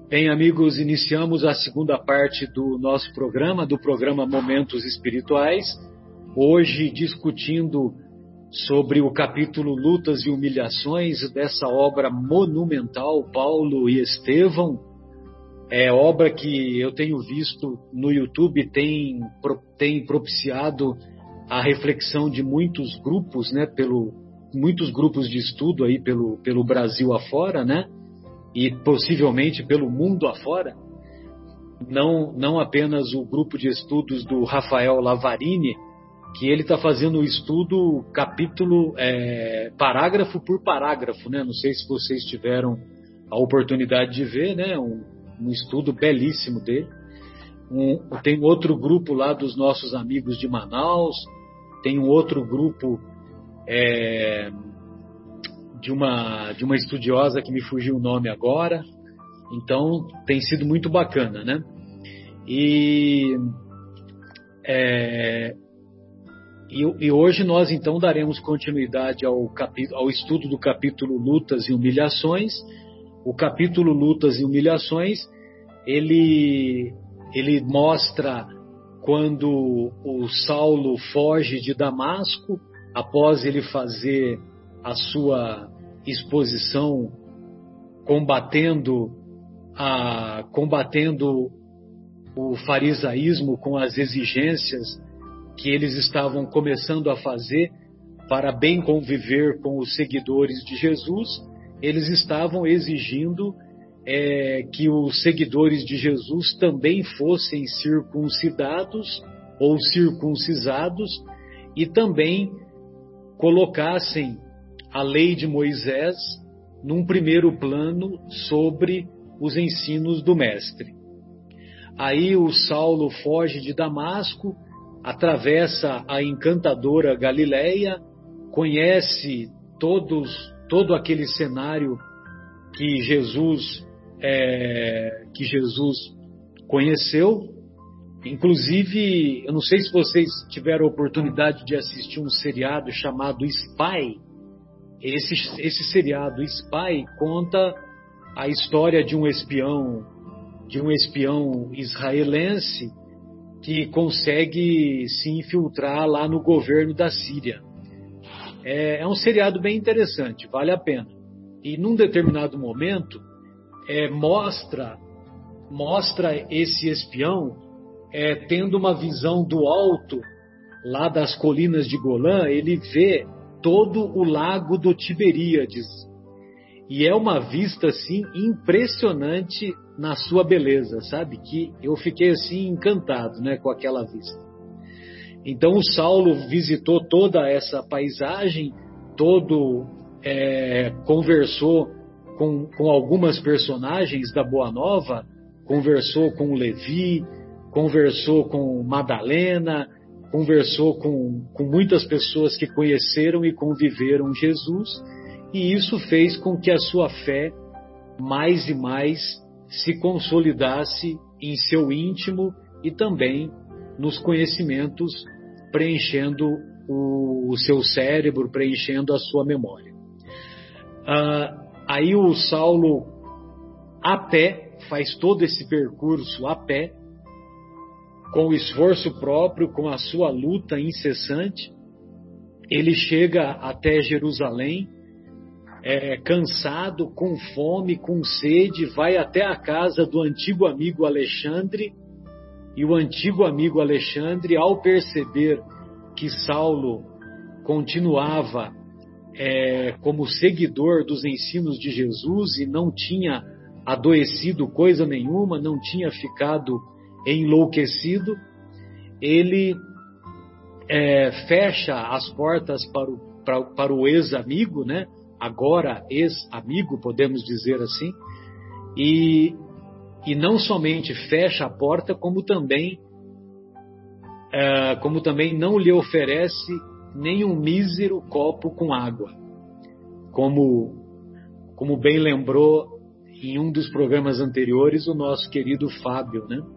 Bem, amigos, iniciamos a segunda parte do nosso programa, do programa Momentos Espirituais, hoje discutindo sobre o capítulo Lutas e Humilhações dessa obra monumental, Paulo e Estevão. É obra que eu tenho visto no YouTube, tem propiciado a reflexão de muitos grupos, né, muitos grupos de estudo aí pelo Brasil afora, né? E possivelmente pelo mundo afora, não apenas o grupo de estudos do Rafael Lavarini, que ele está fazendo o estudo capítulo, parágrafo por parágrafo, né? Não sei se vocês tiveram a oportunidade de ver, né? Um estudo belíssimo dele. Tem outro grupo lá dos nossos amigos de Manaus, tem um outro grupo de uma estudiosa que me fugiu o nome agora. Então tem sido muito bacana, né? E hoje nós então daremos continuidade ao estudo do capítulo Lutas e Humilhações. O capítulo Lutas e Humilhações, ele mostra quando o Saulo foge de Damasco, após ele fazer a sua exposição combatendo o farisaísmo com as exigências que eles estavam começando a fazer para bem conviver com os seguidores de Jesus. Eles estavam exigindo que os seguidores de Jesus também fossem circuncidados ou circuncisados e também colocassem a lei de Moisés num primeiro plano sobre os ensinos do mestre. Aí o Saulo foge de Damasco, atravessa a encantadora Galileia, conhece todo aquele cenário que Jesus conheceu. Inclusive, eu não sei se vocês tiveram a oportunidade de assistir um seriado chamado Spy. Esse seriado Spy conta a história de um espião israelense que consegue se infiltrar lá no governo da Síria. É um seriado bem interessante, vale a pena. E num determinado momento mostra esse espião tendo uma visão do alto lá das colinas de Golã. Ele vê todo o lago do Tiberíades, e é uma vista assim impressionante na sua beleza, sabe? Que eu fiquei assim encantado, né, com aquela vista. Então o Saulo visitou toda essa paisagem, conversou com algumas personagens da Boa Nova, conversou com Levi, conversou com Madalena, conversou com muitas pessoas que conheceram e conviveram Jesus, e isso fez com que a sua fé mais e mais se consolidasse em seu íntimo e também nos conhecimentos, preenchendo o seu cérebro, preenchendo a sua memória. Aí o Saulo, a pé, faz todo esse percurso a pé, com o esforço próprio, com a sua luta incessante. Ele chega até Jerusalém, cansado, com fome, com sede, vai até a casa do antigo amigo Alexandre, e o antigo amigo Alexandre, ao perceber que Saulo continuava como seguidor dos ensinos de Jesus e não tinha adoecido coisa nenhuma, não tinha ficado enlouquecido, ele fecha as portas para o ex-amigo, né? Agora ex-amigo, podemos dizer assim, e não somente fecha a porta, como também não lhe oferece nem um mísero copo com água, como bem lembrou em um dos programas anteriores o nosso querido Fábio, né?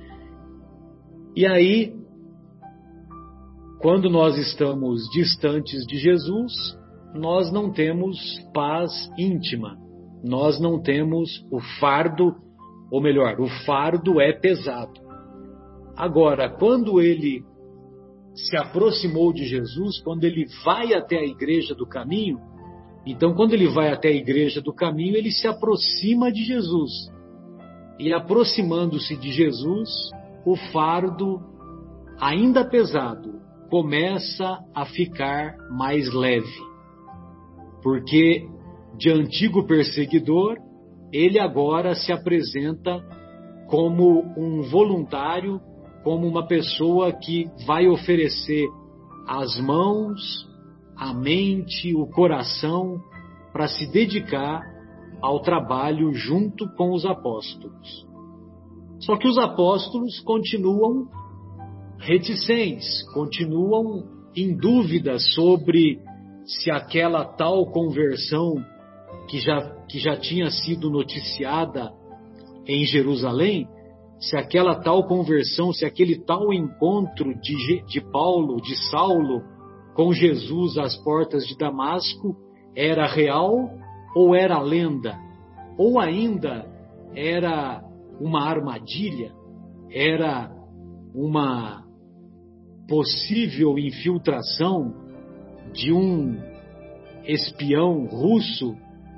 E aí, quando nós estamos distantes de Jesus, nós não temos paz íntima, nós não temos o fardo ou melhor, o fardo é pesado. Agora, quando ele se aproximou de Jesus, quando ele vai até a igreja do caminho, então quando ele vai até a igreja do caminho, ele se aproxima de Jesus. E aproximando-se de Jesus, o fardo, ainda pesado, começa a ficar mais leve. Porque de antigo perseguidor, ele agora se apresenta como um voluntário, como uma pessoa que vai oferecer as mãos, a mente, o coração, para se dedicar ao trabalho junto com os apóstolos. Só que os apóstolos continuam reticentes, continuam em dúvida sobre se aquela tal conversão que já tinha sido noticiada em Jerusalém, se aquela tal conversão, se aquele tal encontro de Paulo, de Saulo, com Jesus às portas de Damasco, era real ou era lenda? Ou ainda era uma armadilha? Era uma possível infiltração de um espião russo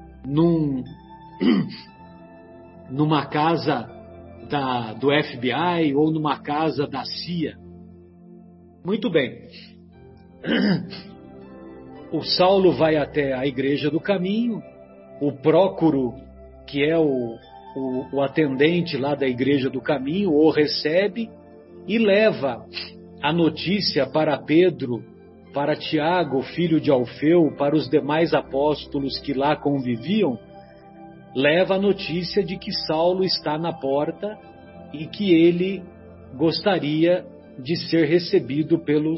numa casa do FBI ou numa casa da CIA? Muito bem. O Saulo vai até a igreja do caminho, o Prócoro, que é o atendente lá da igreja do caminho, o recebe e leva a notícia para Pedro, para Tiago, filho de Alfeu, para os demais apóstolos que lá conviviam, leva a notícia de que Saulo está na porta e que ele gostaria de ser recebido pelos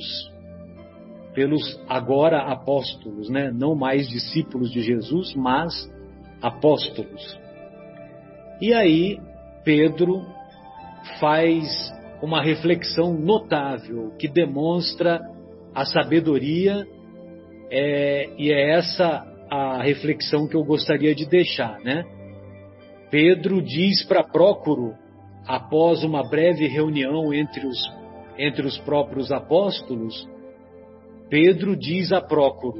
agora apóstolos, né? Não mais discípulos de Jesus, mas apóstolos. E aí Pedro faz uma reflexão notável que demonstra a sabedoria, e é essa a reflexão que eu gostaria de deixar, né? Pedro diz para Prócoro, após uma breve reunião entre os próprios apóstolos, Pedro diz a Prócoro,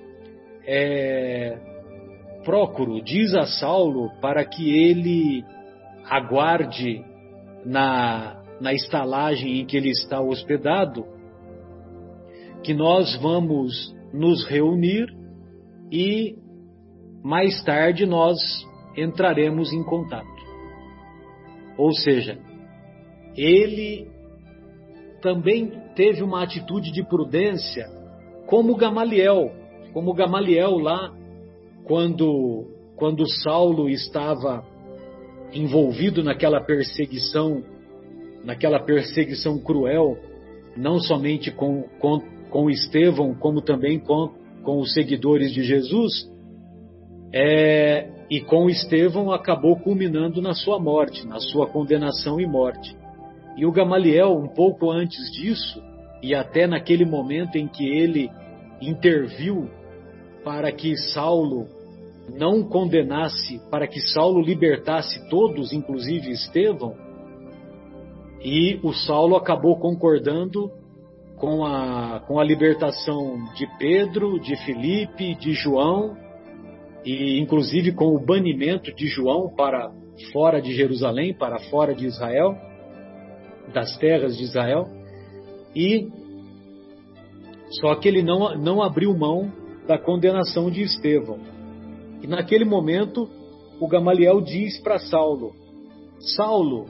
Prócoro, diz a Saulo para que ele aguarde na estalagem em que ele está hospedado, que nós vamos nos reunir e mais tarde nós entraremos em contato. Ou seja, ele também teve uma atitude de prudência, como Gamaliel lá, quando Saulo estava envolvido naquela perseguição cruel, não somente com Estevão, como também com os seguidores de Jesus, e com Estevão acabou culminando na sua morte, na sua condenação e morte. E o Gamaliel, um pouco antes disso, e até naquele momento em que ele interviu para que Saulo não condenasse, para que Saulo libertasse todos, inclusive Estevão, e o Saulo acabou concordando com a libertação de Pedro, de Filipe, de João, e inclusive com o banimento de João para fora de Jerusalém, para fora de Israel, das terras de Israel, e só que ele não abriu mão da condenação de Estevão. E naquele momento o Gamaliel diz para Saulo: Saulo,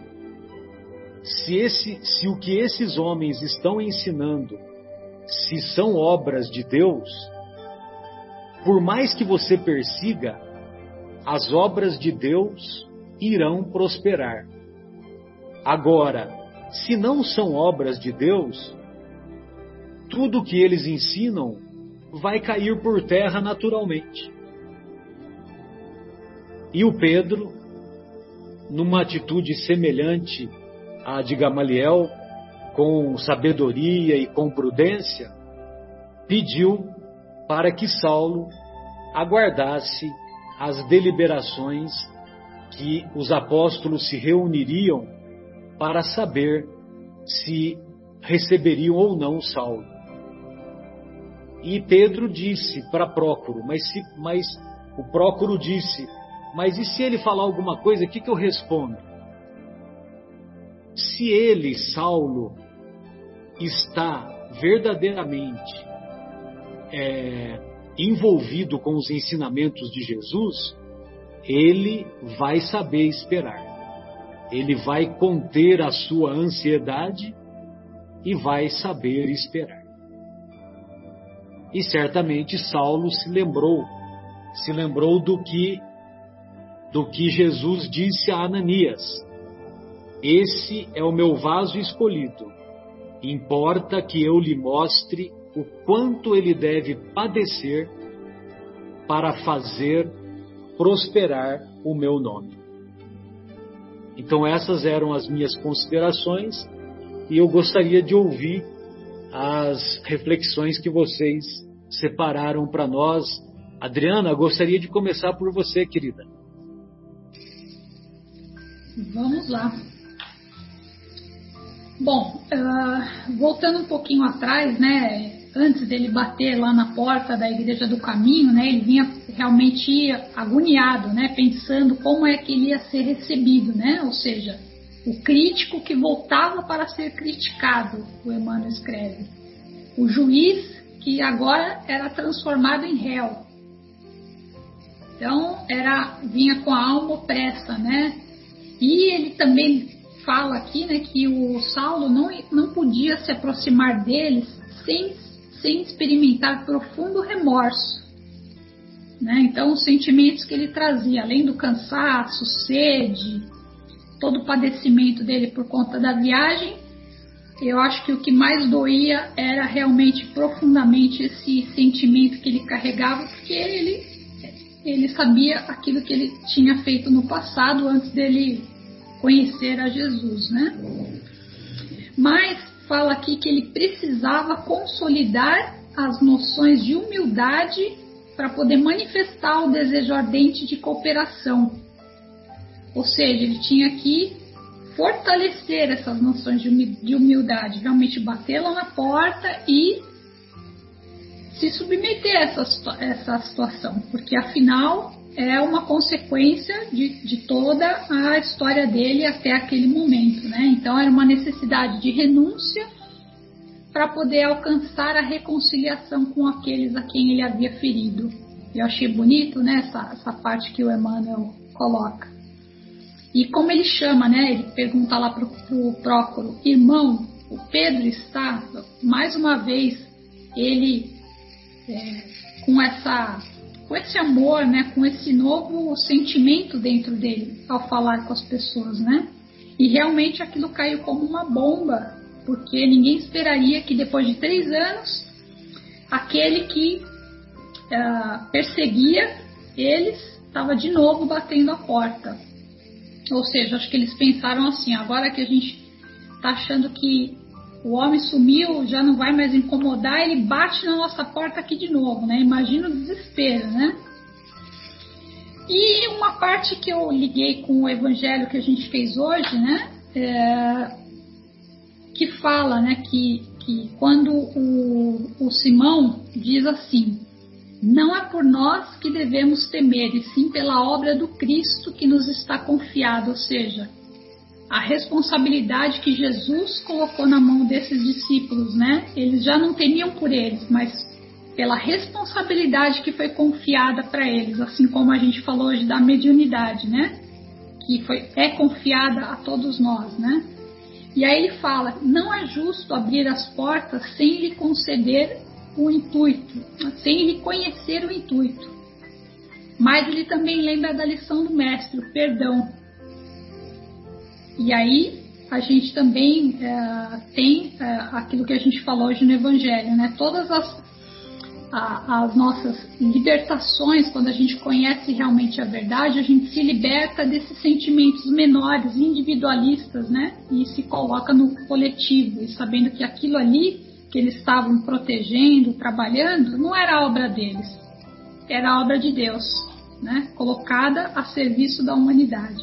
se o que esses homens estão ensinando, se são obras de Deus, por mais que você persiga, as obras de Deus irão prosperar. Agora, se não são obras de Deus, tudo que eles ensinam vai cair por terra naturalmente. E o Pedro, numa atitude semelhante à de Gamaliel, com sabedoria e com prudência, pediu para que Saulo aguardasse as deliberações que os apóstolos se reuniriam para saber se receberiam ou não Saulo. E Pedro disse para Prócoro, mas o Prócoro disse, mas e se ele falar alguma coisa, o que eu respondo? Se ele, Saulo, está verdadeiramente envolvido com os ensinamentos de Jesus, ele vai saber esperar. Ele vai conter a sua ansiedade e vai saber esperar. E certamente Saulo se lembrou do que Jesus disse a Ananias: esse é o meu vaso escolhido. Importa que eu lhe mostre o quanto ele deve padecer para fazer prosperar o meu nome. Então essas eram as minhas considerações e eu gostaria de ouvir as reflexões que vocês separaram para nós. Adriana, gostaria de começar por você, querida. Vamos lá. Bom, voltando um pouquinho atrás, né? Antes dele bater lá na porta da Igreja do Caminho, né? Ele vinha realmente agoniado, né? Pensando como é que ele ia ser recebido, né? Ou seja, o crítico que voltava para ser criticado, o Emmanuel escreve. O juiz que agora era transformado em réu. Então, vinha com a alma opressa, né? E ele também fala aqui, né, que o Saulo não podia se aproximar deles sem experimentar profundo remorso, né? Então, os sentimentos que ele trazia, além do cansaço, sede, todo o padecimento dele por conta da viagem, eu acho que o que mais doía era realmente profundamente esse sentimento que ele carregava, porque ele sabia aquilo que ele tinha feito no passado antes dele conhecer a Jesus, né? Mas fala aqui que ele precisava consolidar as noções de humildade para poder manifestar o desejo ardente de cooperação. Ou seja, ele tinha que fortalecer essas noções de humildade, realmente bater lá na porta e se submeter a essa situação, porque afinal é uma consequência de toda a história dele até aquele momento, né? Então era uma necessidade de renúncia para poder alcançar a reconciliação com aqueles a quem ele havia ferido. Eu achei bonito, né, essa parte que o Emmanuel coloca. E como ele chama, né? Ele pergunta lá para o Prócoro: irmão, o Pedro está, mais uma vez, ele com esse amor, né, com esse novo sentimento dentro dele ao falar com as pessoas, né? E realmente aquilo caiu como uma bomba, porque ninguém esperaria que depois de 3 anos aquele que perseguia eles estava de novo batendo a porta. Ou seja, acho que eles pensaram assim: agora que a gente está achando que o homem sumiu, já não vai mais incomodar, ele bate na nossa porta aqui de novo, né? Imagina o desespero, né? E uma parte que eu liguei com o evangelho que a gente fez hoje, né? Que fala, né, que quando o Simão diz assim: não é por nós que devemos temer, e sim pela obra do Cristo que nos está confiada, ou seja, a responsabilidade que Jesus colocou na mão desses discípulos, né? Eles já não temiam por eles, mas pela responsabilidade que foi confiada para eles, assim como a gente falou hoje da mediunidade, né? Que é confiada a todos nós, né? E aí ele fala: não é justo abrir as portas sem lhe conceder o intuito, sem lhe conhecer o intuito. Mas ele também lembra da lição do mestre, o perdão. E aí a gente também tem aquilo que a gente falou hoje no Evangelho, né? Todas as nossas libertações, quando a gente conhece realmente a verdade, a gente se liberta desses sentimentos menores, individualistas, né? E se coloca no coletivo, e sabendo que aquilo ali que eles estavam protegendo, trabalhando, não era a obra deles, era a obra de Deus. né, colocada a serviço da humanidade.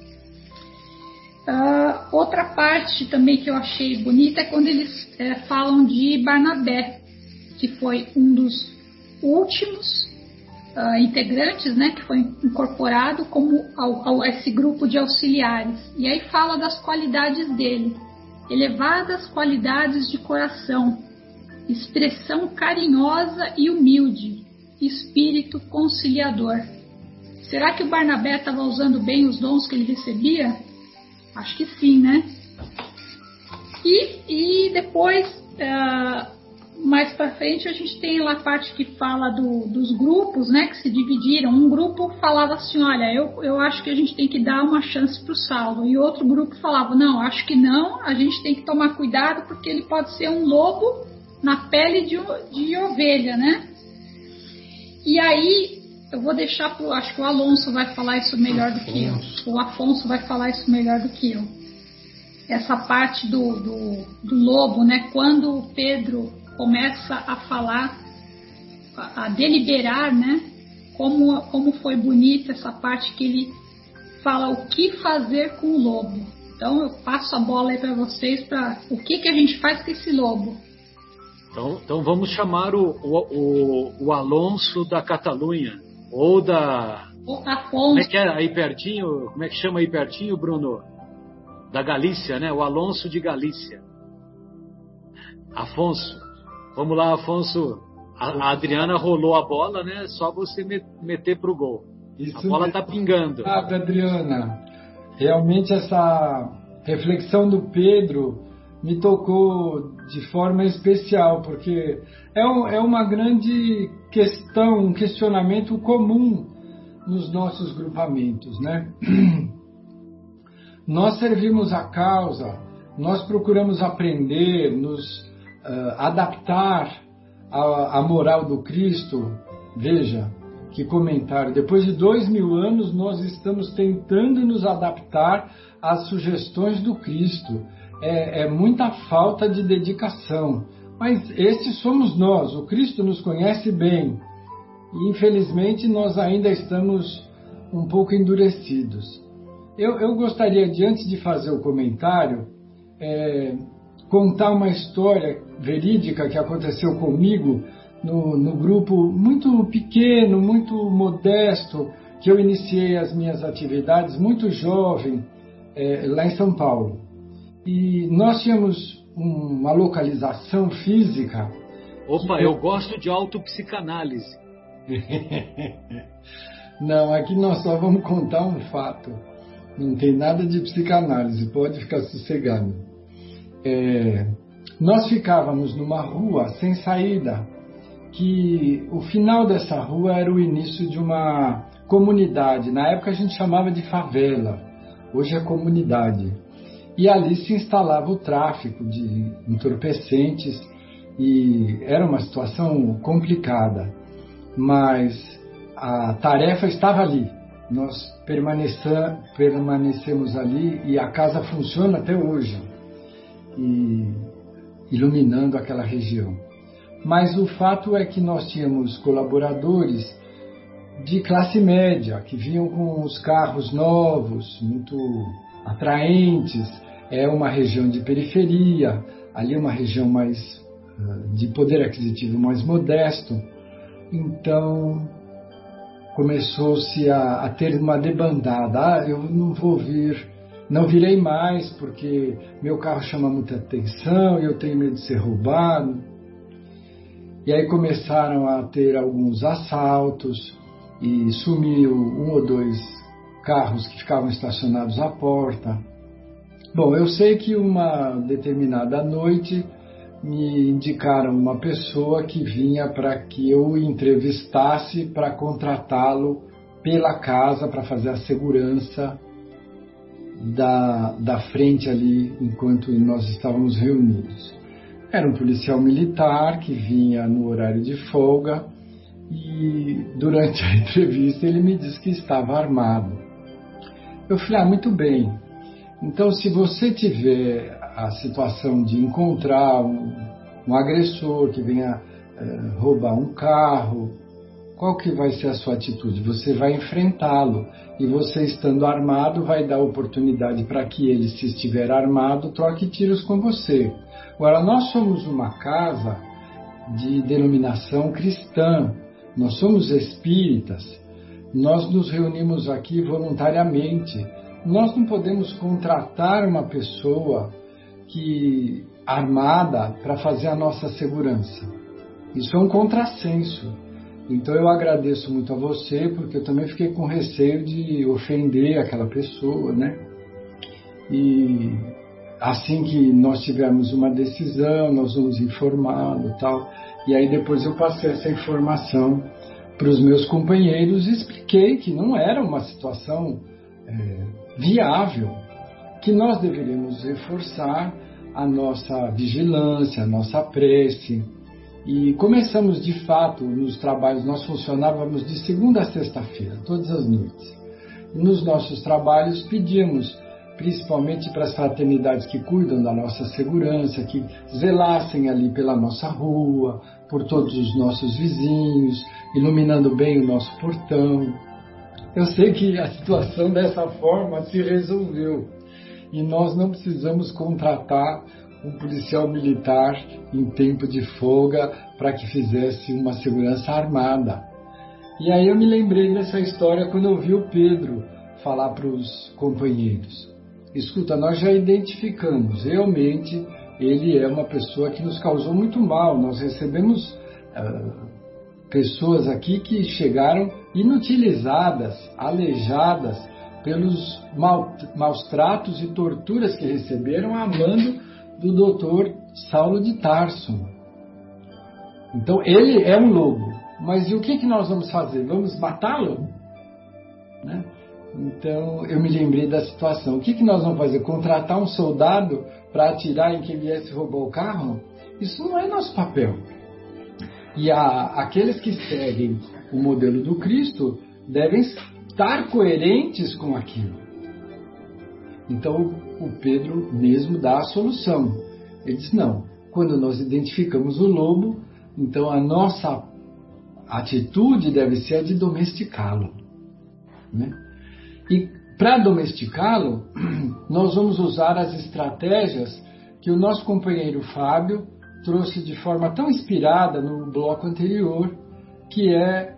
Outra parte também que eu achei bonita é quando eles falam de Barnabé, que foi um dos últimos integrantes, né, que foi incorporado como a esse grupo de auxiliares. E aí fala das qualidades dele: elevadas qualidades de coração, expressão carinhosa e humilde, espírito conciliador. Será que o Barnabé estava usando bem os dons que ele recebia? Acho que sim, né? E depois, mais para frente, a gente tem lá a parte que fala dos grupos, né, que se dividiram. Um grupo falava assim: olha, eu acho que a gente tem que dar uma chance para o Saulo. E outro grupo falava: não, acho que não, a gente tem que tomar cuidado porque ele pode ser um lobo na pele de ovelha, né? E aí, eu vou deixar acho que o Alonso vai falar isso melhor do que eu. O Afonso vai falar isso melhor do que eu. Essa parte do lobo, né? Quando o Pedro começa a falar, a deliberar, né? Como foi bonita essa parte que ele fala o que fazer com o lobo. Então eu passo a bola aí para vocês para o que a gente faz com esse lobo. Então vamos chamar o Alonso da Catalunha, ou da... O Afonso. Como é que é aí pertinho? Como é que chama aí pertinho, Bruno? Da Galícia, né? O Alonso de Galícia. Afonso. Vamos lá, Afonso. A Adriana rolou a bola, né? Só você meter pro gol. Isso a bola tá pingando. Adriana. Realmente essa reflexão do Pedro me tocou de forma especial, porque é uma grande questão, um questionamento comum nos nossos grupamentos, né? Nós servimos a causa, nós procuramos aprender, nos adaptar à moral do Cristo. Veja, que comentário. Depois de 2000 anos, nós estamos tentando nos adaptar às sugestões do Cristo. É muita falta de dedicação. Mas esses somos nós. O Cristo nos conhece bem. E, infelizmente, nós ainda estamos um pouco endurecidos. Eu gostaria, antes de fazer o comentário, contar uma história verídica que aconteceu comigo no grupo muito pequeno, muito modesto, que eu iniciei as minhas atividades muito jovem, lá em São Paulo. E nós tínhamos uma localização física. Opa, eu gosto de autopsicanálise. Não, aqui nós só vamos contar um fato. Não tem nada de psicanálise, pode ficar sossegado. Nós ficávamos numa rua sem saída, que o final dessa rua era o início de uma comunidade. Na época a gente chamava de favela, hoje é comunidade. E ali se instalava o tráfico de entorpecentes e era uma situação complicada. Mas a tarefa estava ali. Nós permanecemos ali e a casa funciona até hoje, iluminando aquela região. Mas o fato é que nós tínhamos colaboradores de classe média, que vinham com os carros novos, muito atraentes. É uma região de periferia, ali é uma região mais de poder aquisitivo mais modesto. Então começou-se a ter uma debandada. Eu não vou vir, não virei mais porque meu carro chama muita atenção e eu tenho medo de ser roubado. E aí começaram a ter alguns assaltos e sumiu 1 ou 2 carros que ficavam estacionados à porta. Bom, eu sei que uma determinada noite me indicaram uma pessoa que vinha para que eu o entrevistasse para contratá-lo pela casa para fazer a segurança da frente ali enquanto nós estávamos reunidos. Era um policial militar que vinha no horário de folga e durante a entrevista ele me disse que estava armado. Eu falei, muito bem. Então, se você tiver a situação de encontrar um agressor que venha roubar um carro, qual que vai ser a sua atitude? Você vai enfrentá-lo. E você, estando armado, vai dar oportunidade para que ele, se estiver armado, troque tiros com você. Agora, nós somos uma casa de denominação cristã. Nós somos espíritas. Nós nos reunimos aqui voluntariamente. Nós não podemos contratar uma pessoa armada para fazer a nossa segurança. Isso é um contrassenso. Então eu agradeço muito a você, porque eu também fiquei com receio de ofender aquela pessoa, né? E assim que nós tivermos uma decisão, nós vamos informá-lo e tal. E aí depois eu passei essa informação para os meus companheiros e expliquei que não era uma situação viável, que nós deveríamos reforçar a nossa vigilância, a nossa prece. E começamos, de fato, nos trabalhos, nós funcionávamos de segunda a sexta-feira, todas as noites. E nos nossos trabalhos pedíamos, principalmente para as fraternidades que cuidam da nossa segurança, que zelassem ali pela nossa rua, por todos os nossos vizinhos, iluminando bem o nosso portão. Eu sei que a situação dessa forma se resolveu e nós não precisamos contratar um policial militar em tempo de folga para que fizesse uma segurança armada. E aí eu me lembrei dessa história quando eu vi o Pedro falar para os companheiros. Escuta, nós já identificamos, realmente ele é uma pessoa que nos causou muito mal. Nós recebemos pessoas aqui que chegaram inutilizadas, aleijadas pelos maus tratos e torturas que receberam a mando do doutor Saulo de Tarso. Então ele é um lobo, mas e o que nós vamos fazer? Vamos matá-lo? Né? Então eu me lembrei da situação. O que nós vamos fazer? Contratar um soldado para atirar em quem viesse roubar o carro? Isso não é nosso papel. E aqueles que seguem o modelo do Cristo devem estar coerentes com aquilo. Então o Pedro mesmo dá a solução. Ele diz, não, quando nós identificamos o lobo, então a nossa atitude deve ser a de domesticá-lo. Né? E para domesticá-lo, nós vamos usar as estratégias que o nosso companheiro Fábio trouxe de forma tão inspirada no bloco anterior, que é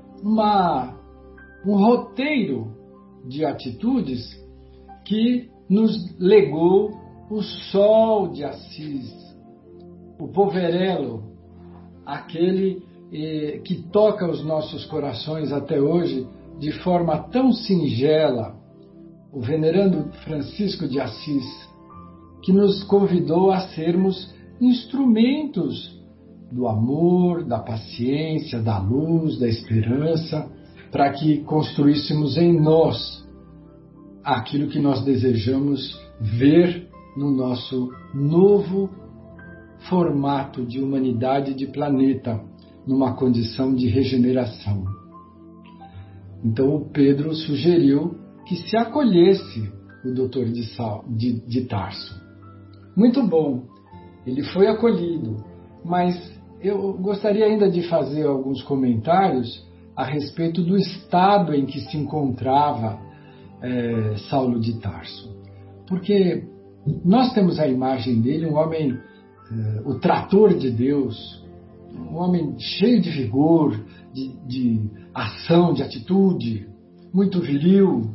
um roteiro de atitudes que nos legou o Sol de Assis, o Poverello, aquele que toca os nossos corações até hoje de forma tão singela, o venerando Francisco de Assis, que nos convidou a sermos instrumentos do amor, da paciência, da luz, da esperança, para que construíssemos em nós aquilo que nós desejamos ver no nosso novo formato de humanidade e de planeta, numa condição de regeneração. Então o Pedro sugeriu que se acolhesse o doutor de Tarso. Muito bom, ele foi acolhido, mas eu gostaria ainda de fazer alguns comentários a respeito do estado em que se encontrava Saulo de Tarso. Porque nós temos a imagem dele, um homem, o trator de Deus, um homem cheio de vigor, de ação, de atitude, muito viril,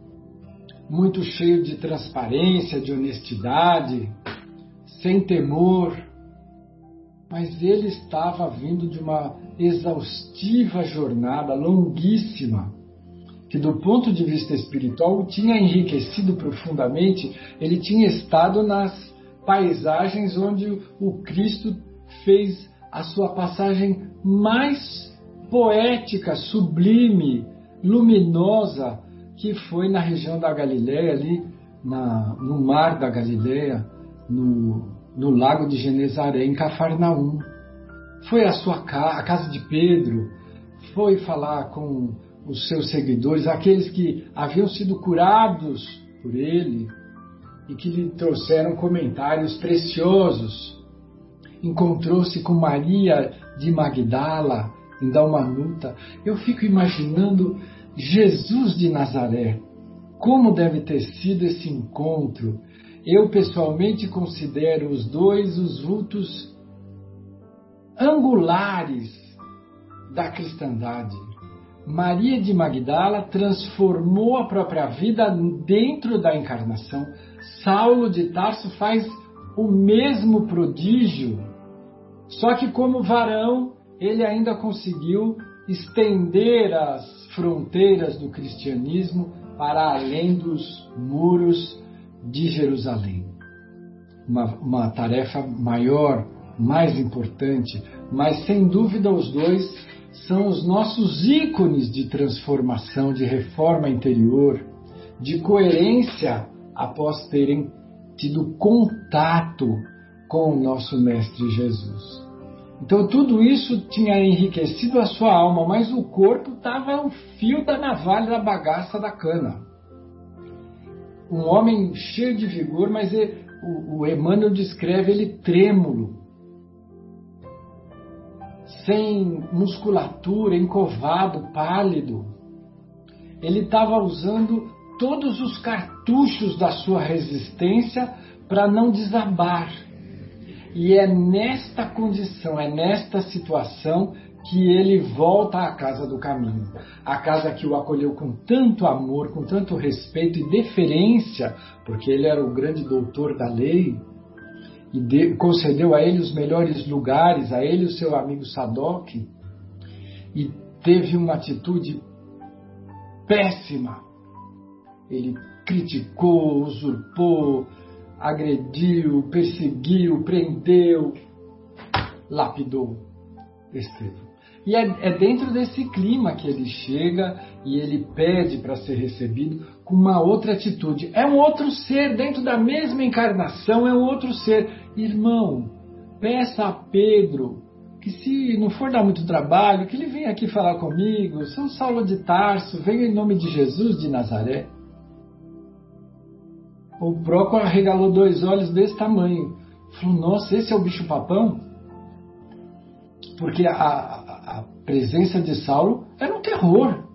muito cheio de transparência, de honestidade, sem temor. Mas ele estava vindo de uma exaustiva jornada, longuíssima, que do ponto de vista espiritual o tinha enriquecido profundamente. Ele tinha estado nas paisagens onde o Cristo fez a sua passagem mais poética, sublime, luminosa, que foi na região da Galileia, ali no mar da Galileia, no lago de Genezaré, em Cafarnaum. Foi a casa de Pedro, foi falar com os seus seguidores, aqueles que haviam sido curados por ele e que lhe trouxeram comentários preciosos. Encontrou-se com Maria de Magdala em Dalmanuta, eu fico imaginando Jesus de Nazaré. Como deve ter sido esse encontro? Eu pessoalmente considero os dois os vultos angulares da cristandade. Maria de Magdala transformou a própria vida dentro da encarnação. Saulo de Tarso faz o mesmo prodígio, só que como varão ele ainda conseguiu estender as fronteiras do cristianismo para além dos muros de Jerusalém. Uma tarefa maior, mais importante, mas sem dúvida os dois são os nossos ícones de transformação, de reforma interior, de coerência após terem tido contato com o nosso Mestre Jesus. Então tudo isso tinha enriquecido a sua alma, mas o corpo estava o fio da navalha da bagaça da cana. Um homem cheio de vigor, mas o Emmanuel descreve ele trêmulo, sem musculatura, encovado, pálido. Ele estava usando todos os cartuchos da sua resistência para não desabar. E é nesta condição, é nesta situação que ele volta à casa do caminho. A casa que o acolheu com tanto amor, com tanto respeito e deferência, porque ele era o grande doutor da lei, e concedeu a ele os melhores lugares, a ele e o seu amigo Sadoc, e teve uma atitude péssima. Ele criticou, usurpou, agrediu, perseguiu, prendeu, lapidou Estevão. E é dentro desse clima que ele chega e ele pede para ser recebido com uma outra atitude. É um outro ser, dentro da mesma encarnação, é um outro ser. Irmão, peça a Pedro que, se não for dar muito trabalho, que ele venha aqui falar comigo. São Saulo de Tarso, venha em nome de Jesus de Nazaré. O Prócoro arregalou 2 olhos desse tamanho. Falou, nossa, esse é o bicho-papão? Porque a presença de Saulo era um terror.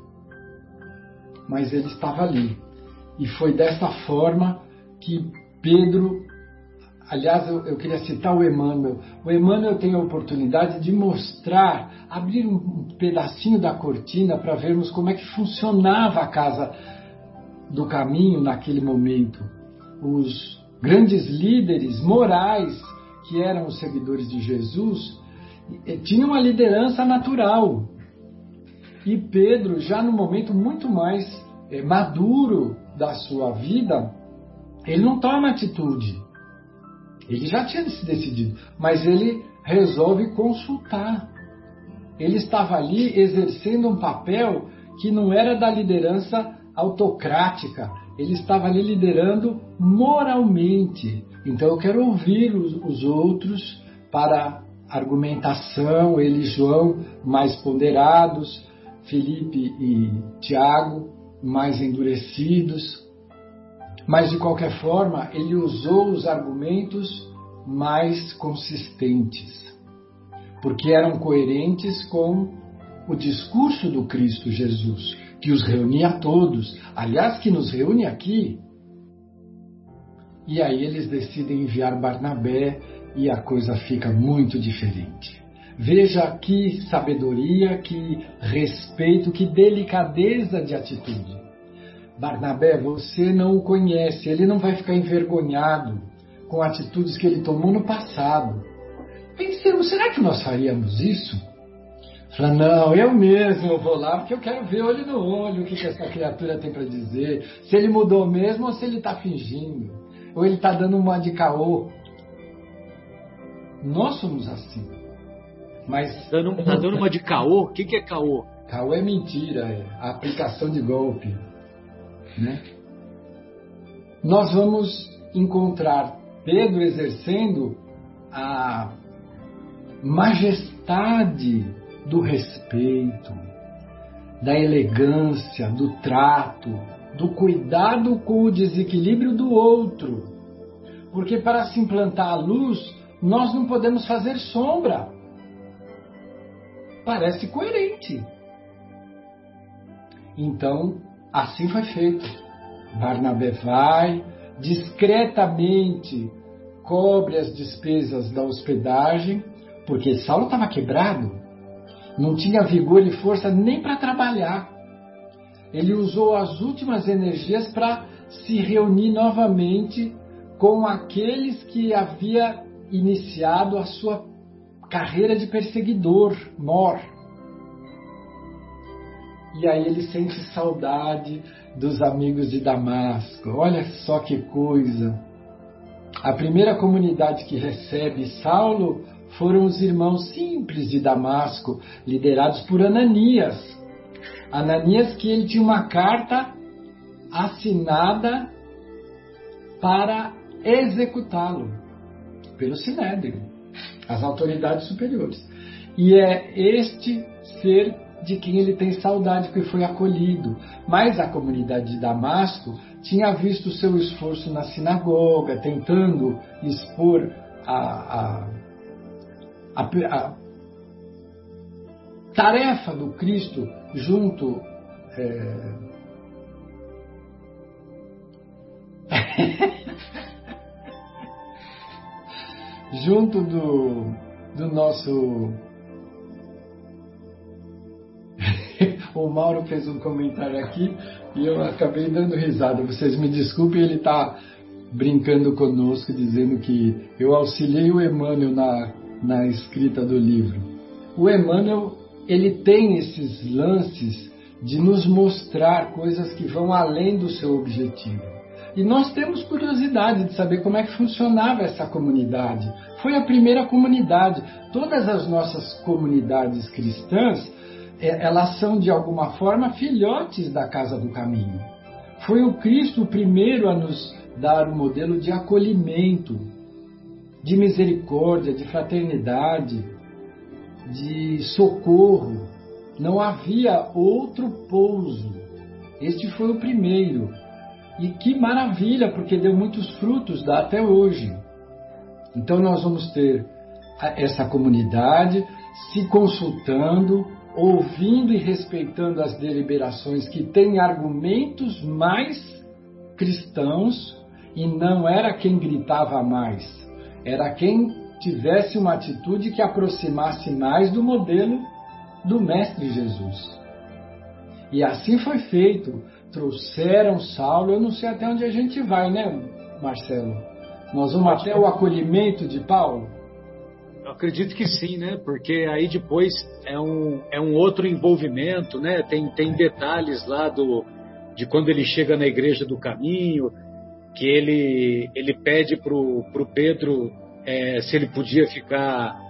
Mas ele estava ali. E foi dessa forma que Pedro... Aliás, eu queria citar o Emmanuel. O Emmanuel tem a oportunidade de mostrar, abrir um pedacinho da cortina para vermos como é que funcionava a casa do caminho naquele momento. Os grandes líderes morais, que eram os seguidores de Jesus, tinham uma liderança natural. E Pedro, já no momento muito mais maduro da sua vida, ele não toma atitude. Ele já tinha se decidido, mas ele resolve consultar. Ele estava ali exercendo um papel que não era da liderança autocrática. Ele estava ali liderando moralmente. Então eu quero ouvir os outros para argumentação, ele e João mais ponderados, Felipe e Tiago mais endurecidos. Mas, de qualquer forma, ele usou os argumentos mais consistentes, porque eram coerentes com o discurso do Cristo Jesus, que os reunia a todos, aliás, que nos reúne aqui. E aí eles decidem enviar Barnabé e a coisa fica muito diferente. Veja que sabedoria, que respeito, que delicadeza de atitude. Barnabé, você não o conhece, ele não vai ficar envergonhado com atitudes que ele tomou no passado. Pensemos, será que nós faríamos isso? Fala, não, eu mesmo vou lá porque eu quero ver olho no olho o que essa criatura tem para dizer, se ele mudou mesmo ou se ele está fingindo, ou ele está dando uma de caô. Nós somos assim. Mas tá dando uma de caô? O que é caô? Caô é mentira, é a aplicação de golpe. Né? Nós vamos encontrar Pedro exercendo a majestade do respeito, da elegância, do trato, do cuidado com o desequilíbrio do outro. Porque para se implantar a luz, nós não podemos fazer sombra. parece coerente. Então, assim foi feito. Barnabé vai, discretamente cobre as despesas da hospedagem, porque Saulo estava quebrado, não tinha vigor e força nem para trabalhar. Ele usou as últimas energias para se reunir novamente com aqueles que havia iniciado a sua carreira de perseguidor, mor. E aí ele sente saudade dos amigos de Damasco. Olha só que coisa! A primeira comunidade que recebe Saulo foram os irmãos simples de Damasco, liderados por Ananias. Ananias, que ele tinha uma carta assinada para executá-lo pelo Sinédrio, as autoridades superiores. E é este ser de quem ele tem saudade, que foi acolhido. Mas a comunidade de Damasco tinha visto o seu esforço na sinagoga, tentando expor a tarefa do Cristo junto junto do nosso... O Mauro fez um comentário aqui e eu acabei dando risada. Vocês me desculpem, ele está brincando conosco, dizendo que eu auxiliei o Emmanuel na escrita do livro. O Emmanuel, ele tem esses lances de nos mostrar coisas que vão além do seu objetivo. E nós temos curiosidade de saber como é que funcionava essa comunidade. Foi a primeira comunidade. Todas as nossas comunidades cristãs, elas são de alguma forma filhotes da Casa do Caminho. Foi o Cristo o primeiro a nos dar um modelo de acolhimento, de misericórdia, de fraternidade, de socorro. Não havia outro pouso. Este foi o primeiro. E que maravilha, porque deu muitos frutos, dá até hoje. Então nós vamos ter essa comunidade se consultando, ouvindo e respeitando as deliberações que têm argumentos mais cristãos, e não era quem gritava mais, era quem tivesse uma atitude que aproximasse mais do modelo do Mestre Jesus. E assim foi feito. Trouxeram Saulo, eu não sei até onde a gente vai, né, Marcelo? Nós vamos até o acolhimento de Paulo? Eu acredito que sim, né? Porque aí depois é um outro envolvimento, né? Tem detalhes lá de quando ele chega na Igreja do Caminho, que ele pede pro Pedro se ele podia ficar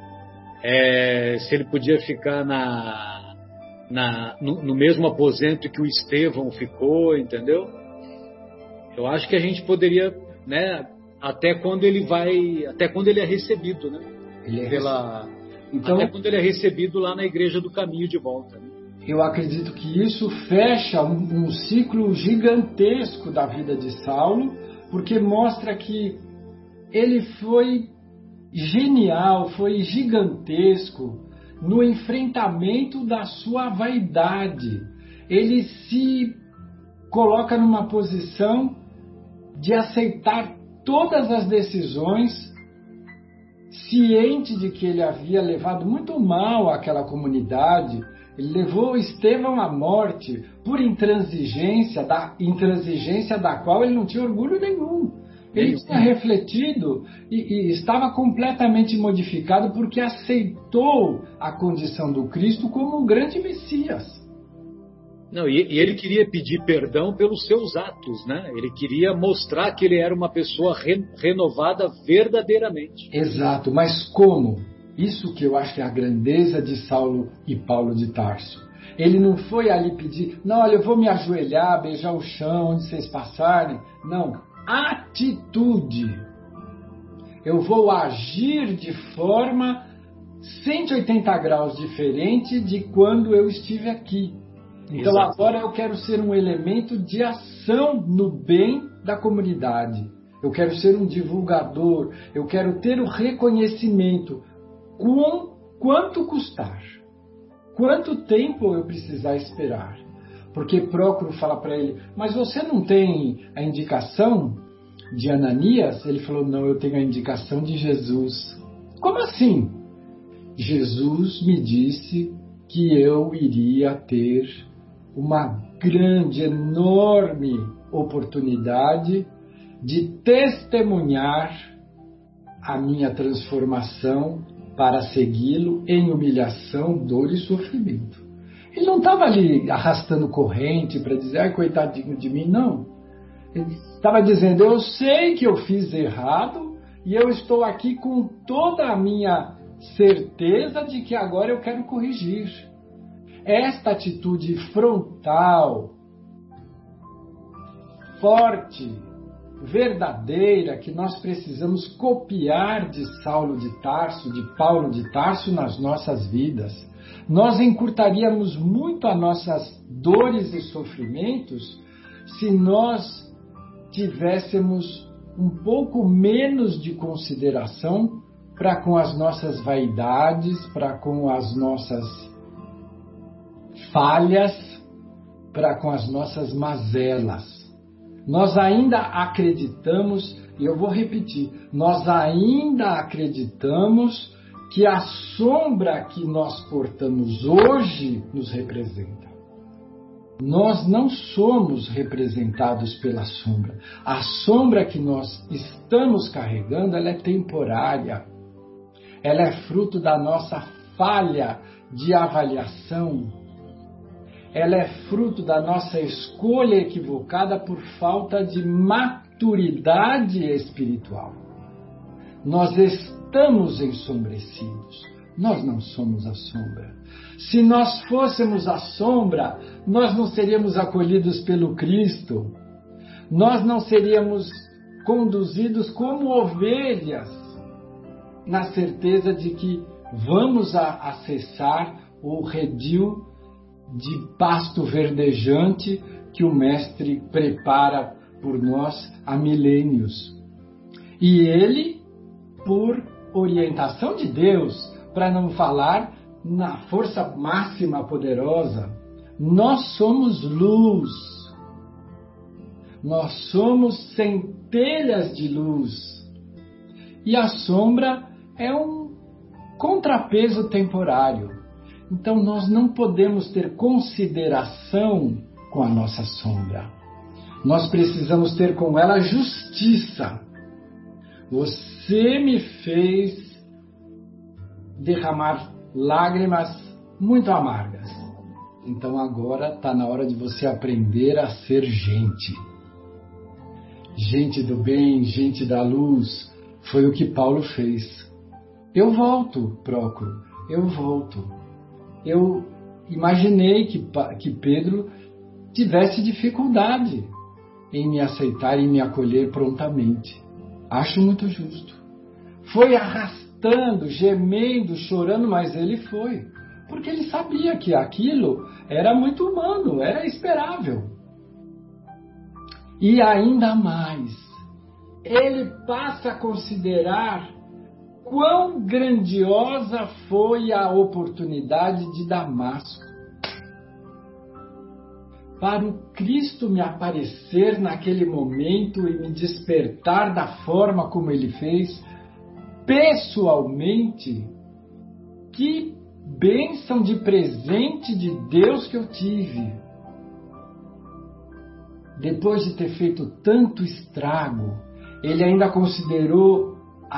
no mesmo aposento que o Estevão ficou, entendeu? Eu acho que a gente poderia, né? Até quando ele é recebido, né? Até quando ele é recebido lá na Igreja do Caminho de volta, né? Eu acredito que isso fecha um ciclo gigantesco da vida de Saulo, porque mostra que ele foi genial, foi gigantesco no enfrentamento da sua vaidade. Ele se coloca numa posição de aceitar todas as decisões, ciente de que ele havia levado muito mal àquela comunidade. Ele levou Estevão à morte por intransigência da qual ele não tinha orgulho nenhum. Ele tinha refletido e estava completamente modificado porque aceitou a condição do Cristo como um grande Messias. Não, e ele queria pedir perdão pelos seus atos, né? Ele queria mostrar que ele era uma pessoa renovada verdadeiramente. Exato, mas como? Isso que eu acho que é a grandeza de Saulo e Paulo de Tarso. Ele não foi ali pedir, não, olha, eu vou me ajoelhar, beijar o chão onde vocês passarem. Não. Atitude. Eu vou agir de forma 180 graus diferente de quando eu estive aqui. Então agora eu quero ser um elemento de ação no bem da comunidade. Eu quero ser um divulgador. Eu quero ter o reconhecimento. Quanto custar. quanto tempo eu precisar esperar. Porque Prócoro fala para ele, mas você não tem a indicação de Ananias? Ele falou, não, eu tenho a indicação de Jesus. Como assim? Jesus me disse que eu iria ter uma grande, enorme oportunidade de testemunhar a minha transformação para segui-lo em humilhação, dor e sofrimento. Ele não estava ali arrastando corrente para dizer, ai, coitadinho de mim, não. Ele estava dizendo, eu sei que eu fiz errado e eu estou aqui com toda a minha certeza de que agora eu quero corrigir. Esta atitude frontal, forte, verdadeira, que nós precisamos copiar de Saulo de Tarso, de Paulo de Tarso nas nossas vidas. Nós encurtaríamos muito as nossas dores e sofrimentos se nós tivéssemos um pouco menos de consideração para com as nossas vaidades, para com as nossas falhas, para com as nossas mazelas. Nós ainda acreditamos, e eu vou repetir, nós ainda acreditamos que a sombra que nós portamos hoje nos representa. Nós não somos representados pela sombra. A sombra que nós estamos carregando, ela é temporária. Ela é fruto da nossa falha de avaliação. Ela é fruto da nossa escolha equivocada por falta de maturidade espiritual. Nós estamos ensombrecidos. Nós não somos a sombra. Se nós fôssemos a sombra, nós não seríamos acolhidos pelo Cristo. Nós não seríamos conduzidos como ovelhas, na certeza de que vamos acessar o redil de pasto verdejante que o Mestre prepara por nós há milênios. E ele, por orientação de Deus, para não falar na força máxima poderosa, nós somos luz. Nós somos centelhas de luz. E a sombra é um contrapeso temporário. Então nós não podemos ter consideração com a nossa sombra. Nós precisamos ter com ela justiça. Você me fez derramar lágrimas muito amargas. Então agora está na hora de você aprender a ser gente. Gente do bem, gente da luz. Foi o que Paulo fez. Eu volto, Prócoro, eu volto. Eu imaginei que Pedro tivesse dificuldade em me aceitar e me acolher prontamente. Acho muito justo. Foi arrastando, gemendo, chorando, mas ele foi. Porque ele sabia que aquilo era muito humano, era esperável. E ainda mais, ele passa a considerar quão grandiosa foi a oportunidade de Damasco. Para o Cristo me aparecer naquele momento e me despertar da forma como ele fez, pessoalmente, que bênção de presente de Deus que eu tive. Depois de ter feito tanto estrago, ele ainda considerou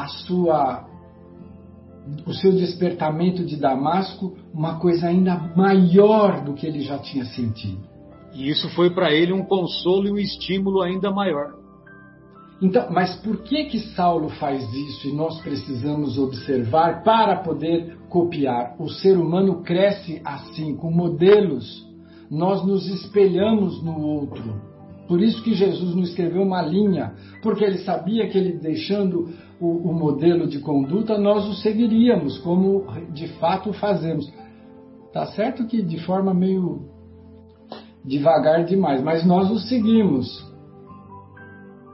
o seu despertamento de Damasco uma coisa ainda maior do que ele já tinha sentido. E isso foi para ele um consolo e um estímulo ainda maior. Então, mas por que Saulo faz isso e nós precisamos observar para poder copiar? O ser humano cresce assim, com modelos. Nós nos espelhamos no outro. Por isso que Jesus não escreveu uma linha, porque ele sabia que ele deixando o modelo de conduta, nós o seguiríamos, como de fato fazemos. Tá certo que de forma meio devagar demais, mas nós o seguimos.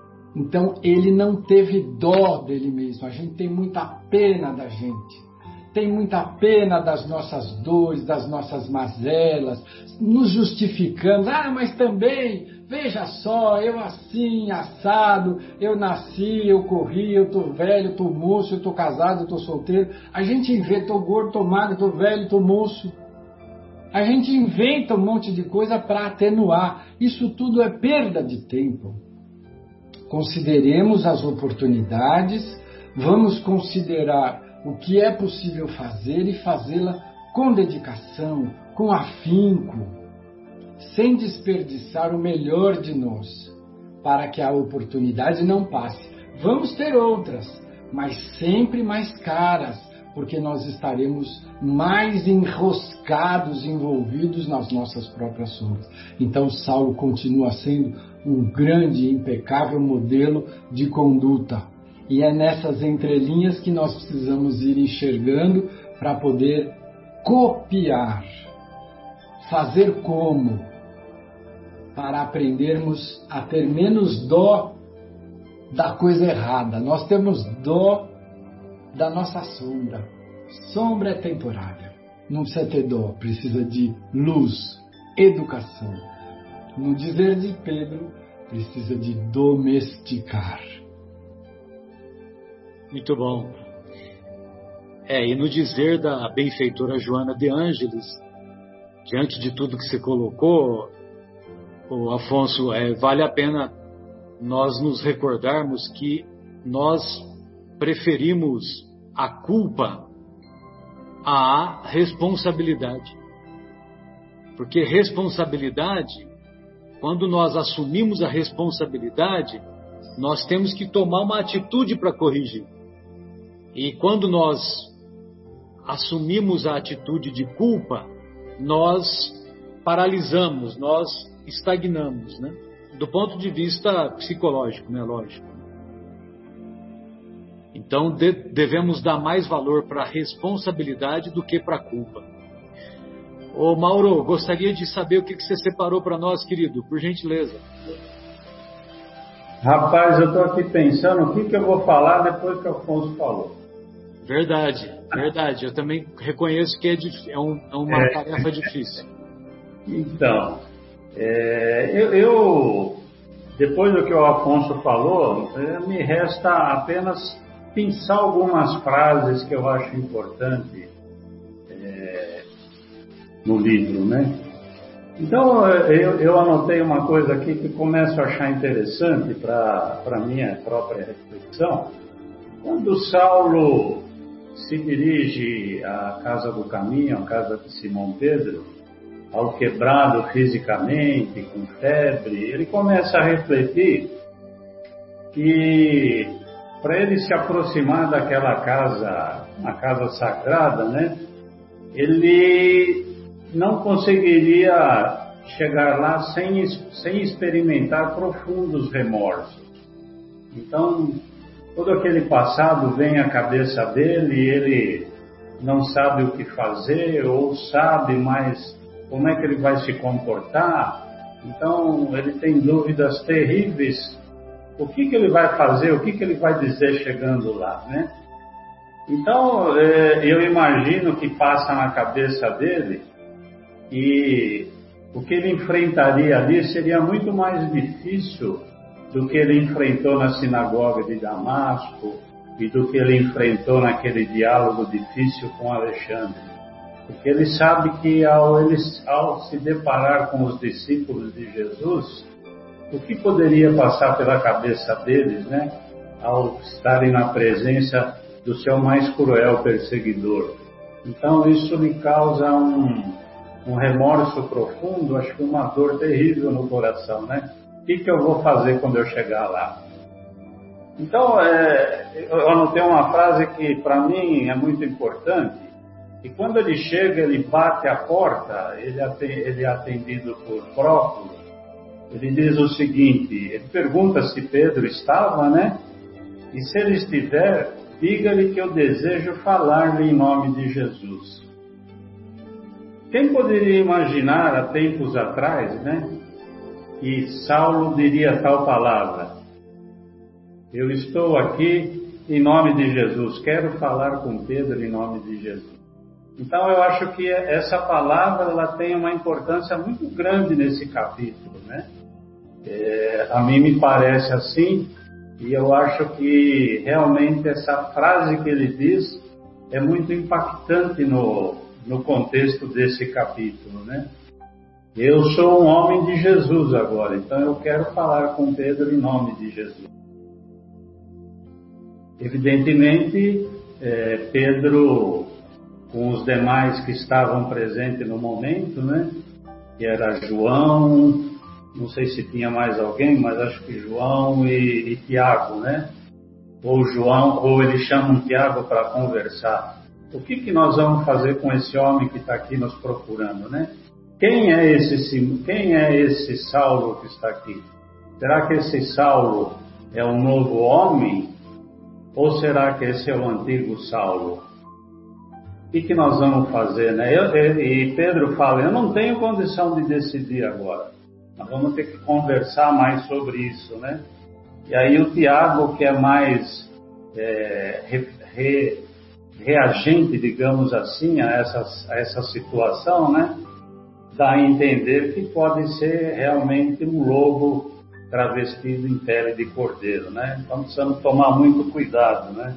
Então ele não teve dó dele mesmo. A gente tem muita pena da gente. tem muita pena das nossas dores, das nossas mazelas, nos justificamos. Mas também, veja só, eu assim, assado, eu nasci, eu corri, eu tô velho, eu tô moço, eu tô casado, eu tô solteiro. A gente inventa, tô gordo, tô magro, tô velho, tô moço. A gente inventa um monte de coisa para atenuar. Isso tudo é perda de tempo. Consideremos as oportunidades, vamos considerar o que é possível fazer e fazê-la com dedicação, com afinco, sem desperdiçar o melhor de nós, para que a oportunidade não passe. Vamos ter outras, mas sempre mais caras, porque nós estaremos mais enroscados, envolvidos nas nossas próprias sombras. Então, Saulo continua sendo um grande e impecável modelo de conduta. E é nessas entrelinhas que nós precisamos ir enxergando para poder copiar. Fazer como? Para aprendermos a ter menos dó da coisa errada. Nós temos dó da nossa sombra. Sombra é temporária. Não precisa ter dó, precisa de luz, educação. No dizer de Pedro, precisa de domesticar. Muito bom. E no dizer da benfeitora Joana de Ângeles, diante de tudo que você colocou, Afonso, vale a pena nós nos recordarmos que nós preferimos a culpa à responsabilidade. Porque responsabilidade, quando nós assumimos a responsabilidade, nós temos que tomar uma atitude para corrigir. E quando nós assumimos a atitude de culpa, nós paralisamos, nós estagnamos, né? Do ponto de vista psicológico, né? Lógico. Então, devemos dar mais valor para a responsabilidade do que para a culpa. Ô Mauro, gostaria de saber o que você separou para nós, querido, por gentileza. Rapaz, eu estou aqui pensando o que eu vou falar depois que o Afonso falou. Verdade. Eu também reconheço que é uma tarefa difícil. Então, eu depois do que o Afonso falou, me resta apenas pensar algumas frases que eu acho importante no livro, né? Então, eu anotei uma coisa aqui que começo a achar interessante para minha própria reflexão. Quando Saulo se dirige à casa do caminho, à casa de Simão Pedro, ao quebrado fisicamente, com febre, ele começa a refletir que para ele se aproximar daquela casa, uma casa sagrada, né, ele não conseguiria chegar lá sem experimentar profundos remorsos. Então, todo aquele passado vem à cabeça dele e ele não sabe o que fazer ou sabe, mas como é que ele vai se comportar. Então, ele tem dúvidas terríveis. O que ele vai fazer, o que ele vai dizer chegando lá, né? Então, eu imagino que passa na cabeça dele e o que ele enfrentaria ali seria muito mais difícil do que ele enfrentou na sinagoga de Damasco e do que ele enfrentou naquele diálogo difícil com Alexandre. Porque ele sabe que ao se deparar com os discípulos de Jesus, o que poderia passar pela cabeça deles, né, ao estarem na presença do seu mais cruel perseguidor. Então isso lhe causa um remorso profundo, acho que uma dor terrível no coração, né? O que eu vou fazer quando eu chegar lá? Então, eu anotei uma frase que para mim é muito importante, e quando ele chega, ele bate a porta, ele é atendido por Próculo, ele diz o seguinte, ele pergunta se Pedro estava, né? E se ele estiver, diga-lhe que eu desejo falar-lhe em nome de Jesus. Quem poderia imaginar há tempos atrás, né, que Saulo diria tal palavra? Eu estou aqui em nome de Jesus. Quero falar com Pedro em nome de Jesus. Então eu acho que essa palavra ela tem uma importância muito grande nesse capítulo, né? A mim me parece assim, e eu acho que realmente essa frase que ele diz é muito impactante no contexto desse capítulo, né? Eu sou um homem de Jesus agora, então eu quero falar com Pedro em nome de Jesus. Evidentemente, Pedro, com os demais que estavam presentes no momento, né? Que era João, não sei se tinha mais alguém, mas acho que João e Tiago, né? Ou eles chamam Tiago para conversar. O que nós vamos fazer com esse homem que está aqui nos procurando, né? Quem é esse Saulo que está aqui? Será que esse Saulo é um novo homem? Ou será que esse é o antigo Saulo? O que nós vamos fazer, né? E Pedro fala, eu não tenho condição de decidir agora. Nós vamos ter que conversar mais sobre isso, né? E aí o Tiago, que é mais reagente, digamos assim, a essa situação, né? Dá a entender que pode ser realmente um lobo travestido em pele de cordeiro, né? Então precisamos tomar muito cuidado, né?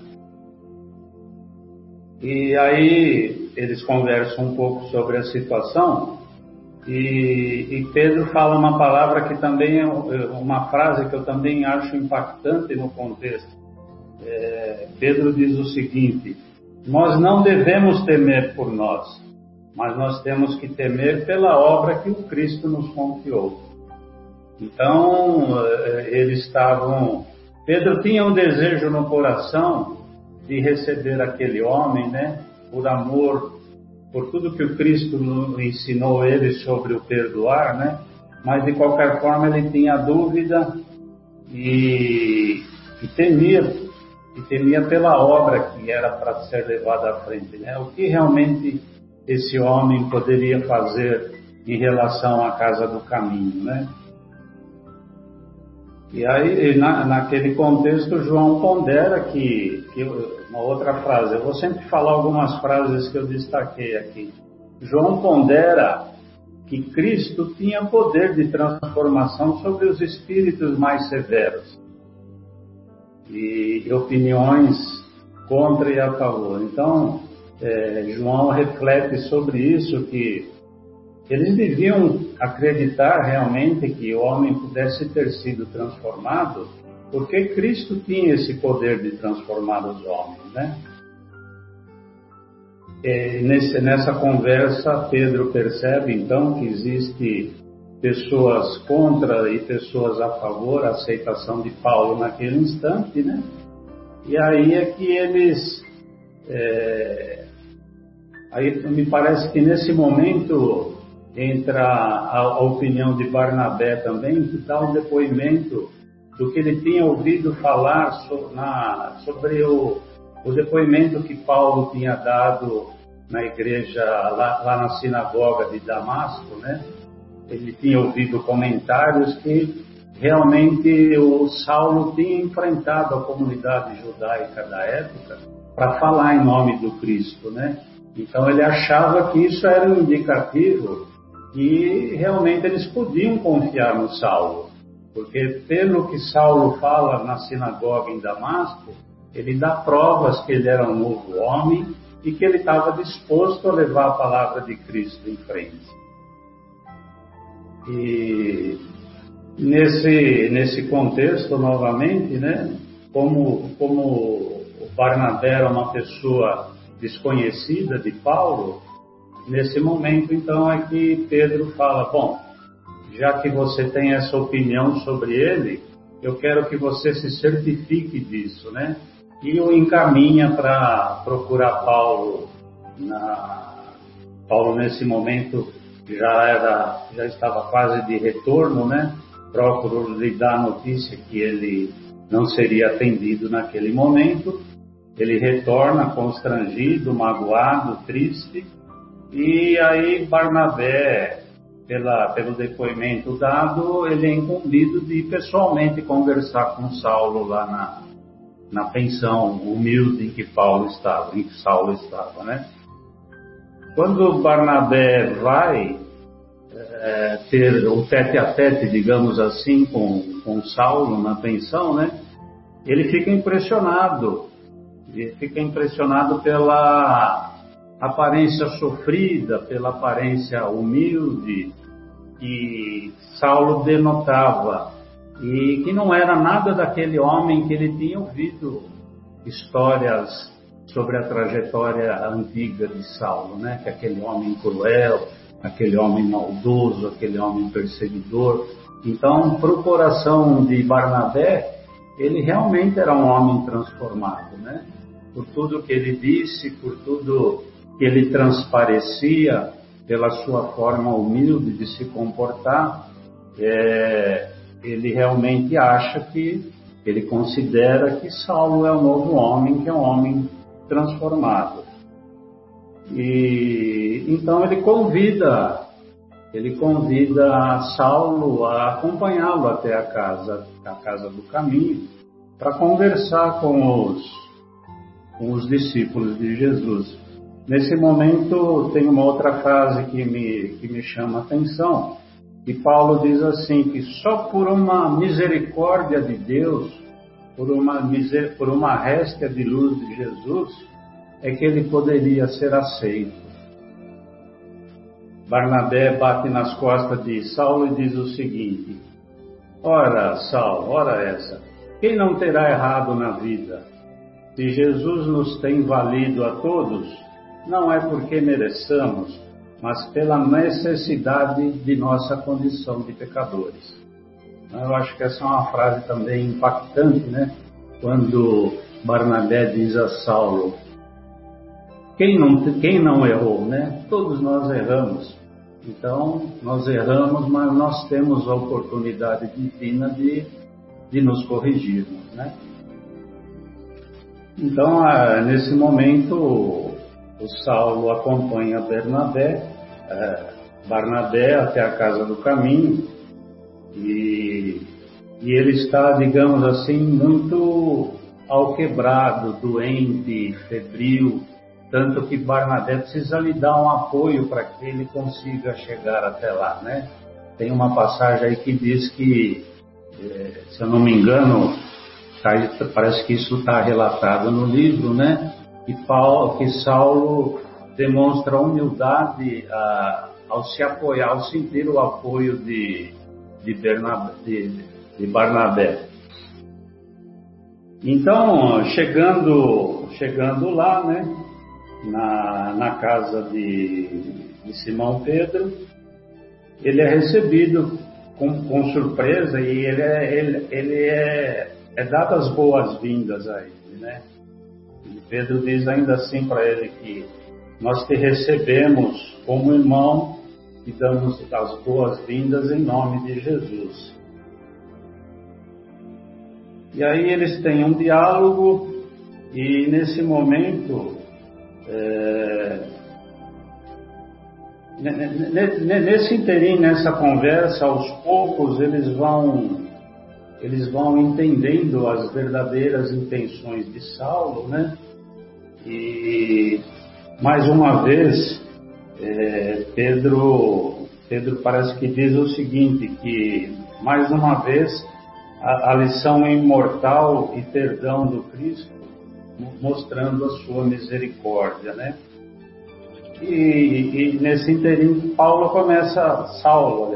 E aí eles conversam um pouco sobre a situação e Pedro fala uma palavra que também é uma frase que eu também acho impactante no contexto. Pedro diz o seguinte: nós não devemos temer por nós, mas nós temos que temer pela obra que o Cristo nos confiou. Então, Pedro tinha um desejo no coração de receber aquele homem, né? Por amor, por tudo que o Cristo ensinou ele sobre o perdoar, né? Mas de qualquer forma ele tinha dúvida e temia pela obra que era para ser levada à frente, né? O que realmente esse homem poderia fazer em relação à casa do caminho, né? E aí, naquele contexto, João pondera que uma outra frase, eu vou sempre falar algumas frases que eu destaquei aqui. João pondera que Cristo tinha poder de transformação sobre os espíritos mais severos e opiniões contra e a favor. Então, João reflete sobre isso, que eles deviam acreditar realmente que o homem pudesse ter sido transformado, porque Cristo tinha esse poder de transformar os homens, né? Nessa conversa, Pedro percebe então que existe pessoas contra e pessoas a favor da aceitação de Paulo naquele instante, né? E aí é que eles... aí me parece que nesse momento entra a opinião de Barnabé também, que dá um depoimento do que ele tinha ouvido falar sobre o depoimento que Paulo tinha dado na igreja, lá na sinagoga de Damasco, né? Ele tinha ouvido comentários que realmente o Saulo tinha enfrentado a comunidade judaica da época para falar em nome do Cristo, né? Então ele achava que isso era um indicativo que realmente eles podiam confiar no Saulo, porque pelo que Saulo fala na sinagoga em Damasco, ele dá provas que ele era um novo homem e que ele estava disposto a levar a palavra de Cristo em frente. E nesse contexto, novamente, né, como o Barnabé era uma pessoa desconhecida de Paulo, nesse momento, então, é que Pedro fala, bom, já que você tem essa opinião sobre ele, eu quero que você se certifique disso, né? E o encaminha para procurar Paulo. Paulo, nesse momento, já estava quase de retorno, né? Procurou lhe dar a notícia que ele não seria atendido naquele momento. Ele retorna constrangido, magoado, triste. E aí Barnabé, pelo depoimento dado, ele é incumbido de pessoalmente conversar com Saulo lá na pensão humilde em que Saulo estava, né? Quando Barnabé vai ter o tete-a-tete, digamos assim, com Saulo na pensão, né? Ele fica impressionado pela aparência sofrida, pela aparência humilde que Saulo denotava, e que não era nada daquele homem que ele tinha ouvido histórias sobre a trajetória antiga de Saulo, né? Que aquele homem cruel, aquele homem maldoso, aquele homem perseguidor. Então, para o coração de Barnabé, ele realmente era um homem transformado, né? Por tudo que ele disse, por tudo que ele transparecia, pela sua forma humilde de se comportar, ele realmente ele considera que Saulo é um novo homem, que é um homem transformado. E então ele convida Saulo a acompanhá-lo até a casa do caminho, para conversar com os discípulos de Jesus. Nesse momento tem uma outra frase que me chama a atenção, que Paulo diz assim, que só por uma misericórdia de Deus, por uma réstia de luz de Jesus, é que ele poderia ser aceito. Barnabé bate nas costas de Saulo e diz o seguinte: ora, Saulo, ora essa, quem não terá errado na vida? Se Jesus nos tem valido a todos, não é porque mereçamos, mas pela necessidade de nossa condição de pecadores. Eu acho que essa é uma frase também impactante, né? Quando Barnabé diz a Saulo: quem não errou, né? Todos nós erramos. Então, nós erramos, mas nós temos a oportunidade divina de nos corrigirmos, né? Então, nesse momento, o Saulo acompanha Barnabé até a casa do caminho, e ele está, digamos assim, muito alquebrado, doente, febril, tanto que Barnabé precisa lhe dar um apoio para que ele consiga chegar até lá, né? Tem uma passagem aí que diz que, se eu não me engano, parece que isso está relatado no livro, né? Que Saulo demonstra humildade ao se apoiar, ao sentir o apoio de Barnabé. Então, chegando lá, né? Na casa de Simão Pedro, ele é recebido com surpresa, e ele é dado as boas-vindas a ele, né? E Pedro diz ainda assim para ele que nós te recebemos como irmão e damos as boas-vindas em nome de Jesus. E aí eles têm um diálogo, e nesse momento, nesse inteirinho, nessa conversa, aos poucos eles vão entendendo as verdadeiras intenções de Saulo, né? E mais uma vez Pedro parece que diz o seguinte, que mais uma vez a lição imortal e perdão do Cristo, mostrando a sua misericórdia, né? E nesse inteirinho Saulo,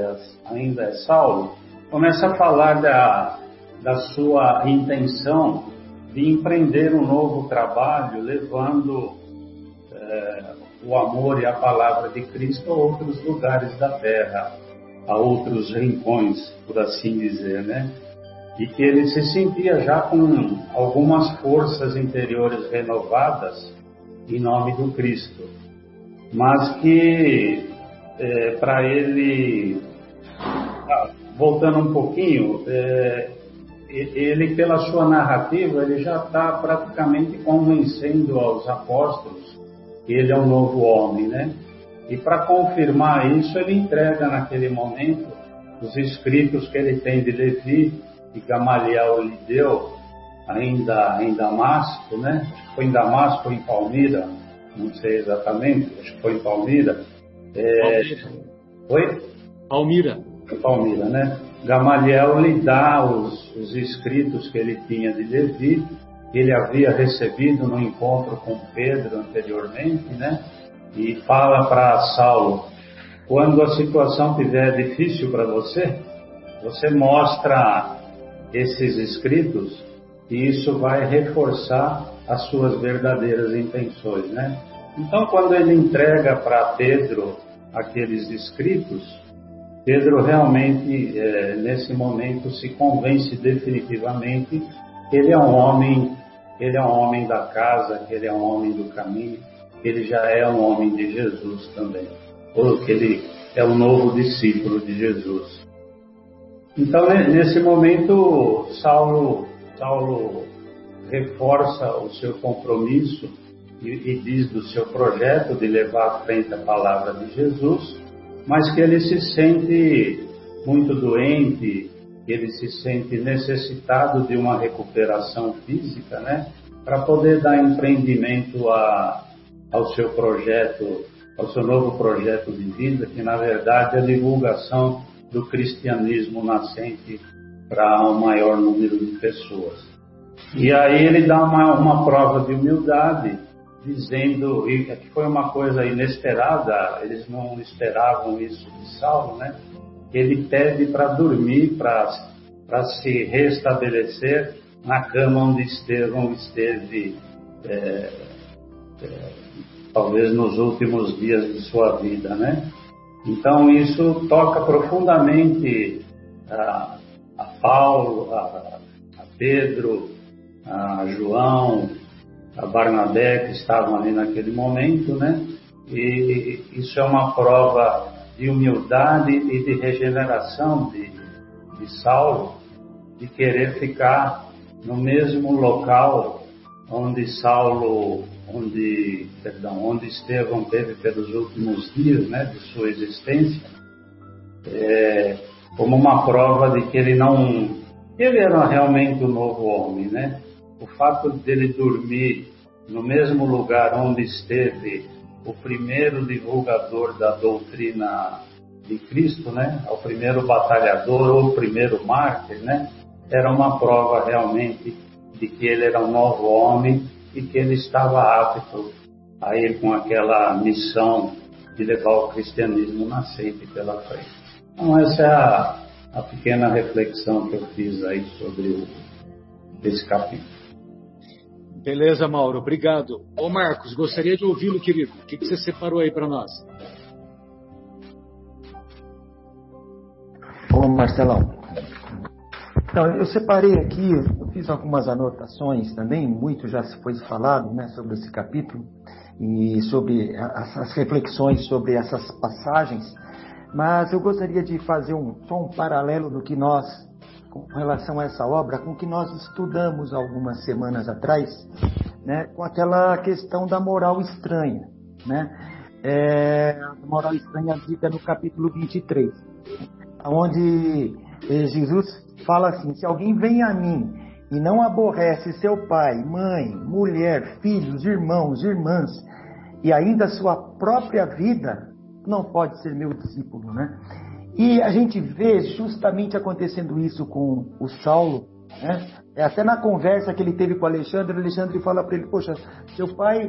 começa a falar da sua intenção de empreender um novo trabalho, levando o amor e a palavra de Cristo a outros lugares da terra, a outros rincões, por assim dizer, né? E que ele se sentia já com algumas forças interiores renovadas em nome do Cristo, mas que para ele, voltando um pouquinho, ele, pela sua narrativa, ele já está praticamente convencendo aos apóstolos que ele é um novo homem, né? E para confirmar isso, ele entrega naquele momento os escritos que ele tem de Levi, que Gamaliel lhe deu, ainda em Damasco, né? Acho que foi em Damasco ou em Palmira, não sei exatamente, acho que foi em Palmira. Palmira. Foi? Palmira. Palmira, né? Gamaliel lhe dá os escritos que ele tinha de Levi, que ele havia recebido no encontro com Pedro anteriormente, né? E fala para Saulo: quando a situação estiver difícil para você, você mostra esses escritos e isso vai reforçar as suas verdadeiras intenções, né? Então, quando ele entrega para Pedro aqueles escritos, Pedro realmente, nesse momento, se convence definitivamente que ele é um homem da casa, que ele é um homem do caminho, que ele já é um homem de Jesus também, ou que ele é um novo discípulo de Jesus. Então, nesse momento, Saulo reforça o seu compromisso e diz do seu projeto de levar à frente a palavra de Jesus, mas que ele se sente muito doente, ele se sente necessitado de uma recuperação física, né, para poder dar empreendimento ao seu projeto, ao seu novo projeto de vida, que na verdade é a divulgação do cristianismo nascente para um maior número de pessoas. E aí ele dá uma prova de humildade, dizendo, e que foi uma coisa inesperada, eles não esperavam isso de Saulo, né? Ele pede para dormir, para se restabelecer na cama onde Estevão esteve, talvez nos últimos dias de sua vida, né? Então isso toca profundamente a Paulo, a Pedro, a João, a Barnabé, que estavam ali naquele momento, né? E isso é uma prova de humildade e de regeneração de Saulo, de querer ficar no mesmo local onde Estevão teve pelos últimos dias, né, de sua existência, como uma prova de que ele era realmente um novo homem, né? O fato dele dormir no mesmo lugar onde esteve o primeiro divulgador da doutrina de Cristo, né? O primeiro batalhador ou o primeiro mártir, né? Era uma prova realmente de que ele era um novo homem e que ele estava apto a ir com aquela missão de levar o cristianismo nascente pela frente. Então essa é a pequena reflexão que eu fiz aí sobre esse capítulo. Beleza, Mauro, obrigado. Ô Marcos, gostaria de ouvi-lo, querido. O que você separou aí para nós? Ô Marcelão, então eu separei aqui, eu fiz algumas anotações também, muito já se foi falado, né, sobre esse capítulo e sobre as reflexões sobre essas passagens, mas eu gostaria de fazer só um paralelo do que nós, com relação a essa obra, com que nós estudamos algumas semanas atrás, né, com aquela questão da moral estranha, né? A moral estranha dita no capítulo 23, onde Jesus fala assim: se alguém vem a mim e não aborrece seu pai, mãe, mulher, filhos, irmãos, irmãs, e ainda sua própria vida, não pode ser meu discípulo, né? E a gente vê justamente acontecendo isso com o Saulo, né? Até na conversa que ele teve com o Alexandre fala para ele: poxa, seu pai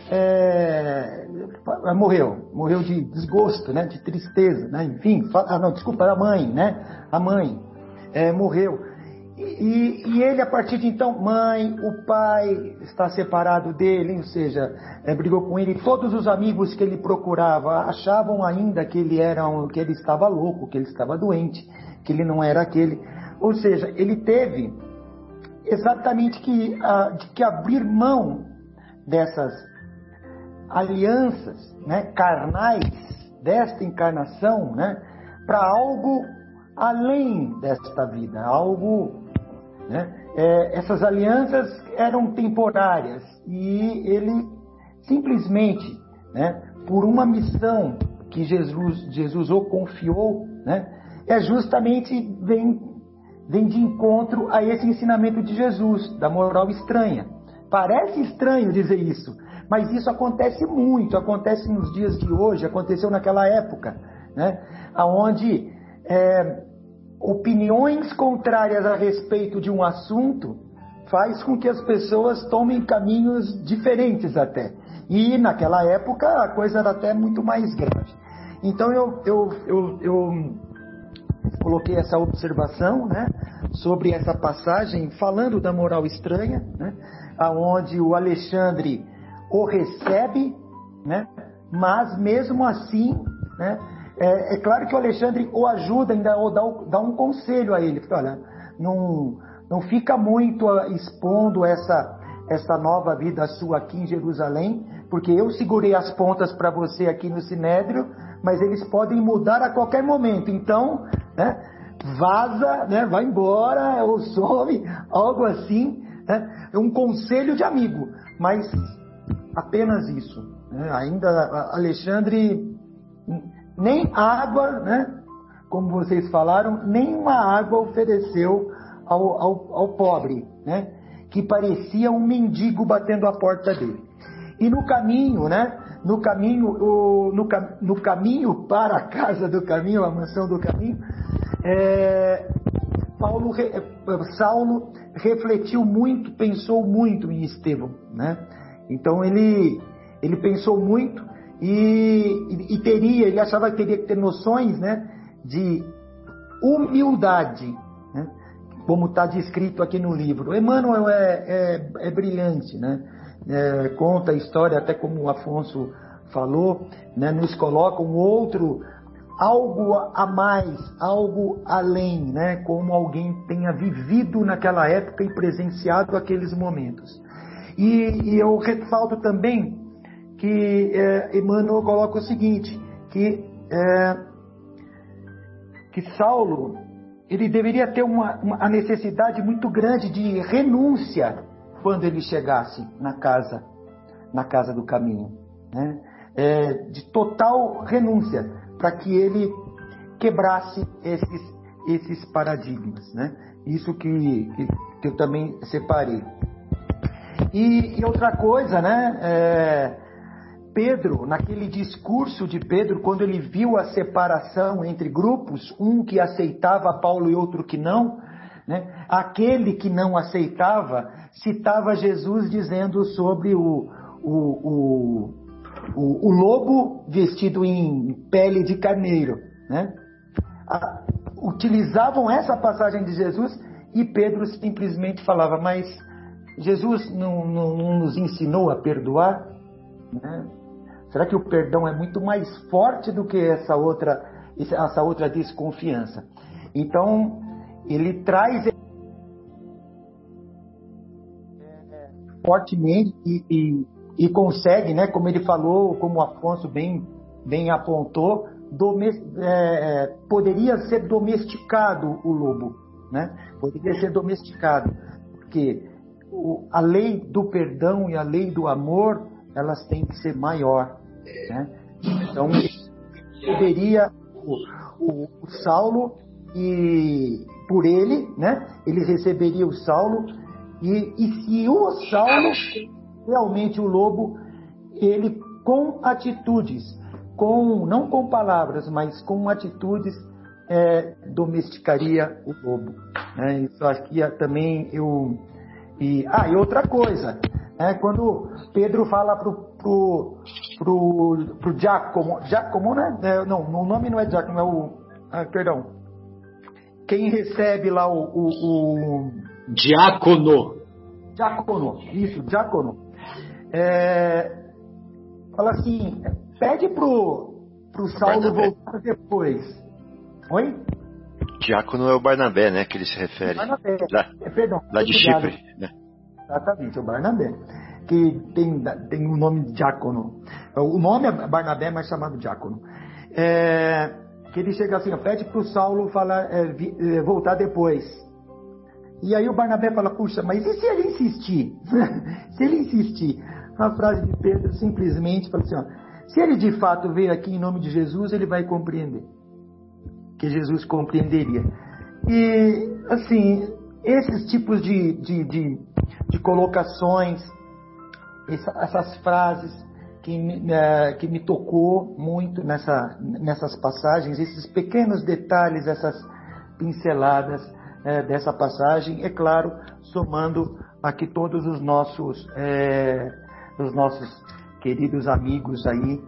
morreu de desgosto, né? De tristeza, né? Enfim, a mãe, né? A mãe morreu. E ele, a partir de então, o pai está separado dele, ou seja, brigou com ele. Todos os amigos que ele procurava achavam ainda que ele estava louco, que ele estava doente, que ele não era aquele. Ou seja, ele teve exatamente que abrir mão dessas alianças, né, carnais desta encarnação, né, para algo além desta vida, algo, né? Essas alianças eram temporárias e ele simplesmente, né, por uma missão que Jesus o confiou, né, justamente vem vem de encontro a esse ensinamento de Jesus, da moral estranha. Parece estranho dizer isso, mas isso acontece muito, acontece nos dias de hoje, aconteceu naquela época, né? Onde opiniões contrárias a respeito de um assunto faz com que as pessoas tomem caminhos diferentes até. E naquela época a coisa era até muito mais grave. Então eu coloquei essa observação, né, sobre essa passagem, falando da moral estranha, né, onde o Alexandre o recebe, né, mas mesmo assim, né, é claro que o Alexandre o ajuda, ainda dá um conselho a ele, porque olha, não fica muito expondo essa nova vida sua aqui em Jerusalém, porque eu segurei as pontas para você aqui no Sinédrio, mas eles podem mudar a qualquer momento. Então, né, vaza, né, vai embora, ou some, algo assim. Né, um conselho de amigo, mas apenas isso. Né, ainda Alexandre, nem água, né, como vocês falaram, nem uma água ofereceu ao pobre, né, que parecia um mendigo batendo a porta dele. E no caminho, né? No caminho para a casa do caminho, a mansão do caminho, Saulo refletiu muito, pensou muito em Estevão, né? Então ele pensou muito e ele achava que teria que ter noções, né, de humildade, né? Como está descrito aqui no livro. Emmanuel é brilhante, né? Conta a história, até como o Afonso falou, né? Nos coloca algo a mais, algo além, né? Como alguém tenha vivido naquela época e presenciado aqueles momentos. E eu ressalto também que Emmanuel coloca o seguinte, que Saulo, ele deveria ter a necessidade muito grande de renúncia quando ele chegasse na casa do caminho, né? De total renúncia, para que ele quebrasse esses paradigmas, né? Isso que eu também separei. E outra coisa, né? Pedro, naquele discurso de Pedro, quando ele viu a separação entre grupos, um que aceitava Paulo e outro que não, né? Aquele que não aceitava citava Jesus dizendo sobre o lobo vestido em pele de carneiro, né? Utilizavam essa passagem de Jesus e Pedro simplesmente falava, mas Jesus não nos ensinou a perdoar, né? Será que o perdão é muito mais forte do que essa outra desconfiança? Então, ele traz fortemente e consegue, né, como ele falou, como o Afonso bem apontou, poderia ser domesticado o lobo, né? Poderia ser domesticado, porque a lei do perdão e a lei do amor, elas têm que ser maior, né? Então, poderia o Saulo, e por ele, né, ele receberia o Saulo, e se o Saulo, realmente o lobo, ele com atitudes, não com palavras, mas com atitudes, domesticaria o lobo, né? Isso aqui também e outra coisa, né? Quando Pedro fala pro Giacomo, né? Não, o nome não é Giacomo, perdão. Quem recebe lá o Diácono. Isso, diácono. Fala assim, pede pro Saulo voltar depois. Oi? Diácono é o Barnabé, né, que ele se refere. Barnabé. Perdão. Lá de Chipre, né? Exatamente, o Barnabé. Que tem o nome de diácono. O nome é Barnabé, mas chamado diácono. Que ele chega assim, pede pro Saulo voltar depois. E aí o Barnabé fala, puxa, mas e se ele insistir? Se ele insistir? A frase de Pedro simplesmente fala assim, se ele de fato veio aqui em nome de Jesus, ele vai compreender. Que Jesus compreenderia. E, assim, esses tipos de colocações, essas frases que me tocou muito nessas passagens, esses pequenos detalhes, essas pinceladas dessa passagem, é claro, somando aqui todos os nossos queridos amigos aí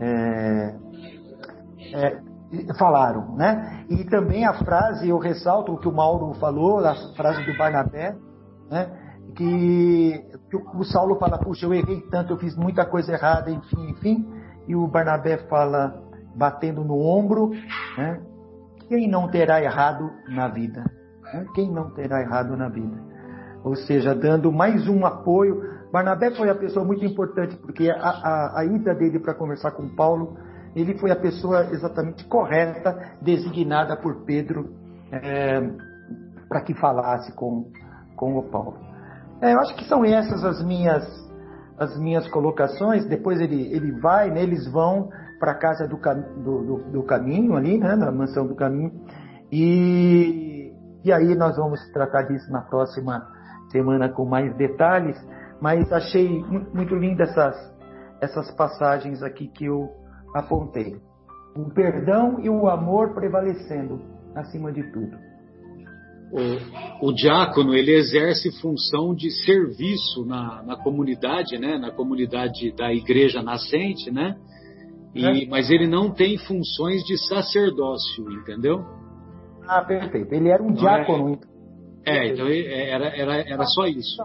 falaram, né? E também a frase, eu ressalto o que o Mauro falou, a frase do Barnabé, né? Que o Saulo fala, puxa, eu errei tanto, eu fiz muita coisa errada, enfim, e o Barnabé fala, batendo no ombro, né? Quem não terá errado na vida? Né? Quem não terá errado na vida? Ou seja, dando mais um apoio. Barnabé foi a pessoa muito importante, porque a ida dele para conversar com Paulo, ele foi a pessoa exatamente correta, designada por Pedro, para que falasse com o Paulo. Eu acho que são essas as minhas colocações. Depois ele vai, né, eles vão para a casa do caminho ali, né, na mansão do caminho, e aí nós vamos tratar disso na próxima semana com mais detalhes, mas achei muito lindas essas passagens aqui que eu apontei. O perdão e o amor prevalecendo acima de tudo. O diácono, ele exerce função de serviço na comunidade, né? Na comunidade da igreja nascente, né? Mas ele não tem funções de sacerdócio, entendeu? Ah, perfeito. Ele era um diácono. Então era só isso.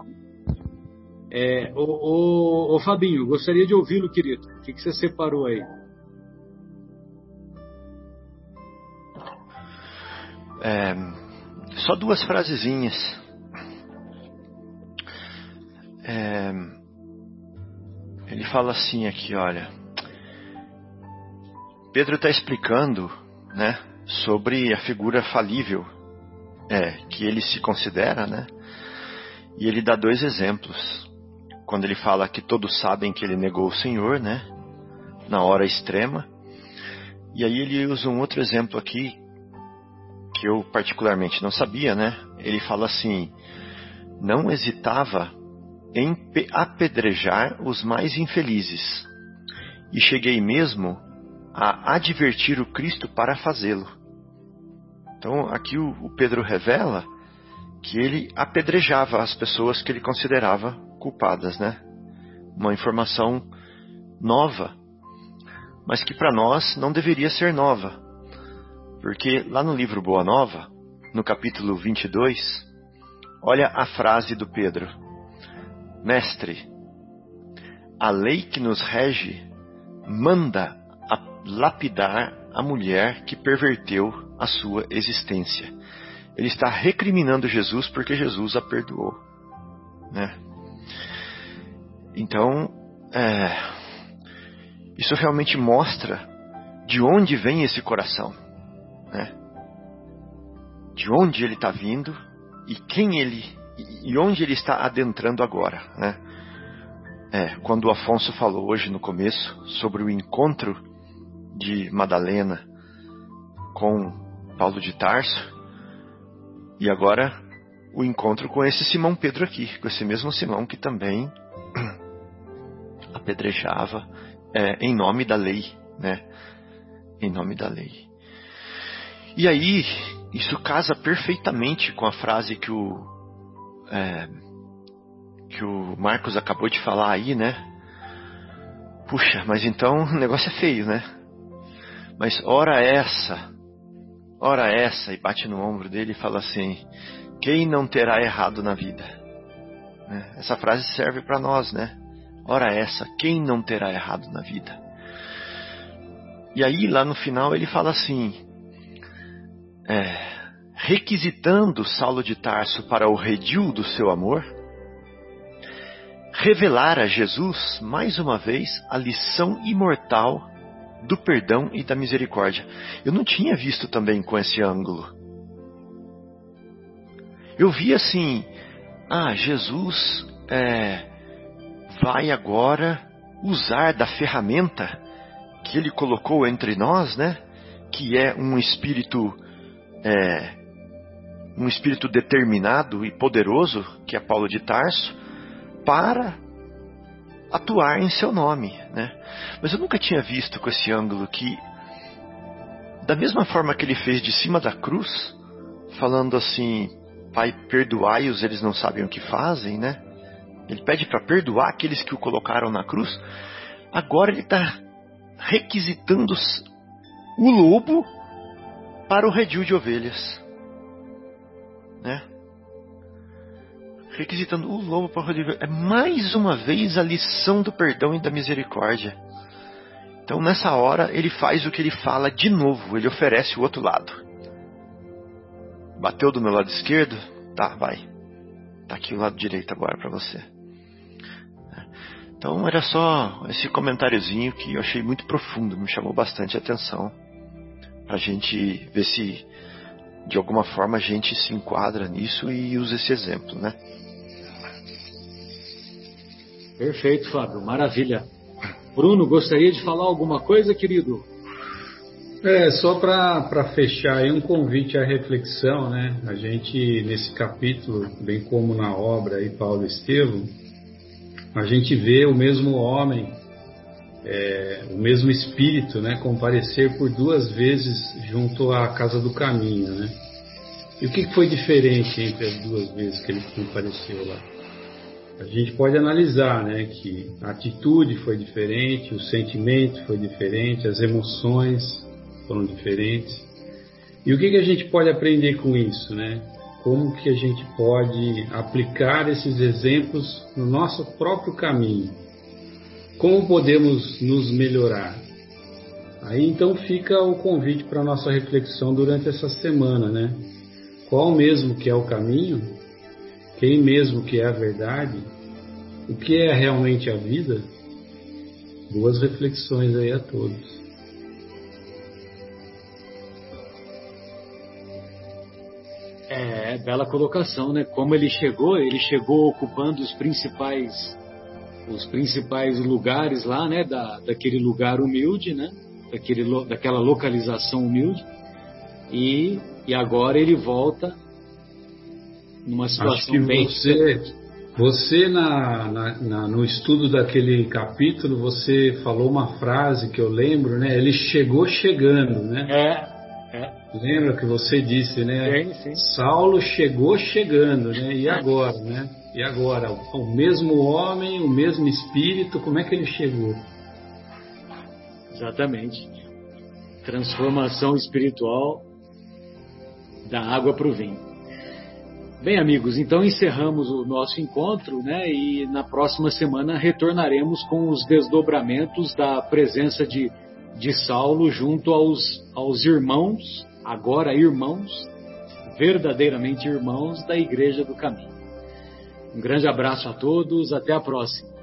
Ô Fabinho, gostaria de ouvi-lo, querido. O que você separou aí? Só duas frasezinhas. Ele fala assim aqui, olha. Pedro está explicando, né, sobre a figura falível que ele se considera, né? E ele dá dois exemplos. Quando ele fala que todos sabem que ele negou o Senhor, né, na hora extrema. E aí ele usa um outro exemplo aqui, que eu particularmente não sabia, né? Ele fala assim, não hesitava em apedrejar os mais infelizes, e cheguei mesmo a advertir o Cristo para fazê-lo. Então aqui o Pedro revela que ele apedrejava as pessoas que ele considerava culpadas, né? Uma informação nova, mas que para nós não deveria ser nova. Porque lá no livro Boa Nova, no capítulo 22, olha a frase do Pedro. Mestre, a lei que nos rege manda lapidar a mulher que perverteu a sua existência. Ele está recriminando Jesus porque Jesus a perdoou, né? Então, isso realmente mostra de onde vem esse coração, né? De onde ele está vindo e e onde ele está adentrando agora, né? Quando o Afonso falou hoje no começo sobre o encontro de Madalena com Paulo de Tarso, e agora o encontro com esse Simão Pedro aqui, com esse mesmo Simão que também apedrejava em nome da lei, né? Em nome da lei. E aí, isso casa perfeitamente com a frase que o Marcos acabou de falar aí, né? Puxa, mas então o negócio é feio, né? Mas ora essa, e bate no ombro dele e fala assim, quem não terá errado na vida? Essa frase serve para nós, né? Ora essa, quem não terá errado na vida? E aí, lá no final, ele fala assim, requisitando Saulo de Tarso para o redil do seu amor, revelar a Jesus, mais uma vez, a lição imortal do perdão e da misericórdia. Eu não tinha visto também com esse ângulo. Eu vi assim, Jesus vai agora usar da ferramenta que ele colocou entre nós, né? Que é um espírito um espírito determinado e poderoso, que é Paulo de Tarso, para atuar em seu nome, né? Mas eu nunca tinha visto com esse ângulo que, da mesma forma que ele fez de cima da cruz, falando assim, Pai, perdoai-os, eles não sabem o que fazem, né? Ele pede para perdoar aqueles que o colocaram na cruz. Agora ele está requisitando o lobo para o redil de ovelhas, né? Requisitando o lobo para o redil de ovelhas. É mais uma vez a lição do perdão e da misericórdia. Então nessa hora ele faz o que ele fala de novo. Ele oferece o outro lado. Bateu do meu lado esquerdo? Tá, vai. Tá aqui o lado direito agora para você. Então era só esse comentáriozinho que eu achei muito profundo, me chamou bastante a atenção, para a gente ver se de alguma forma a gente se enquadra nisso e usa esse exemplo, né? Perfeito, Fábio, maravilha. Bruno, gostaria de falar alguma coisa, querido? Só para fechar aí um convite à reflexão, né? A gente, nesse capítulo, bem como na obra aí, Paulo Estevão, a gente vê o mesmo homem, o mesmo espírito, né, comparecer por 2 vezes junto à Casa do Caminho, né? E o que foi diferente entre as 2 vezes que ele compareceu lá? A gente pode analisar, né, que a atitude foi diferente, o sentimento foi diferente, as emoções foram diferentes. E o que a gente pode aprender com isso, né? Como que a gente pode aplicar esses exemplos no nosso próprio caminho? Como podemos nos melhorar? Aí então fica o convite para a nossa reflexão durante essa semana, né? Qual mesmo que é o caminho? Quem mesmo que é a verdade? O que é realmente a vida? Boas reflexões aí a todos. Bela colocação, né? Como ele chegou ocupando os principais lugares lá, né? Daquele lugar humilde, né? Daquela localização humilde. E agora ele volta numa situação bem... Você no estudo daquele capítulo, você falou uma frase que eu lembro, né? Ele chegou chegando, né? Lembra que você disse, né? Sim. Saulo chegou chegando, né? E agora, né? E agora? O mesmo homem, o mesmo espírito, como é que ele chegou? Exatamente. Transformação espiritual da água para o vinho. Bem, amigos, então encerramos o nosso encontro, né? E na próxima semana retornaremos com os desdobramentos da presença de Saulo junto aos irmãos, agora irmãos, verdadeiramente irmãos da Igreja do Caminho. Um grande abraço a todos, até a próxima.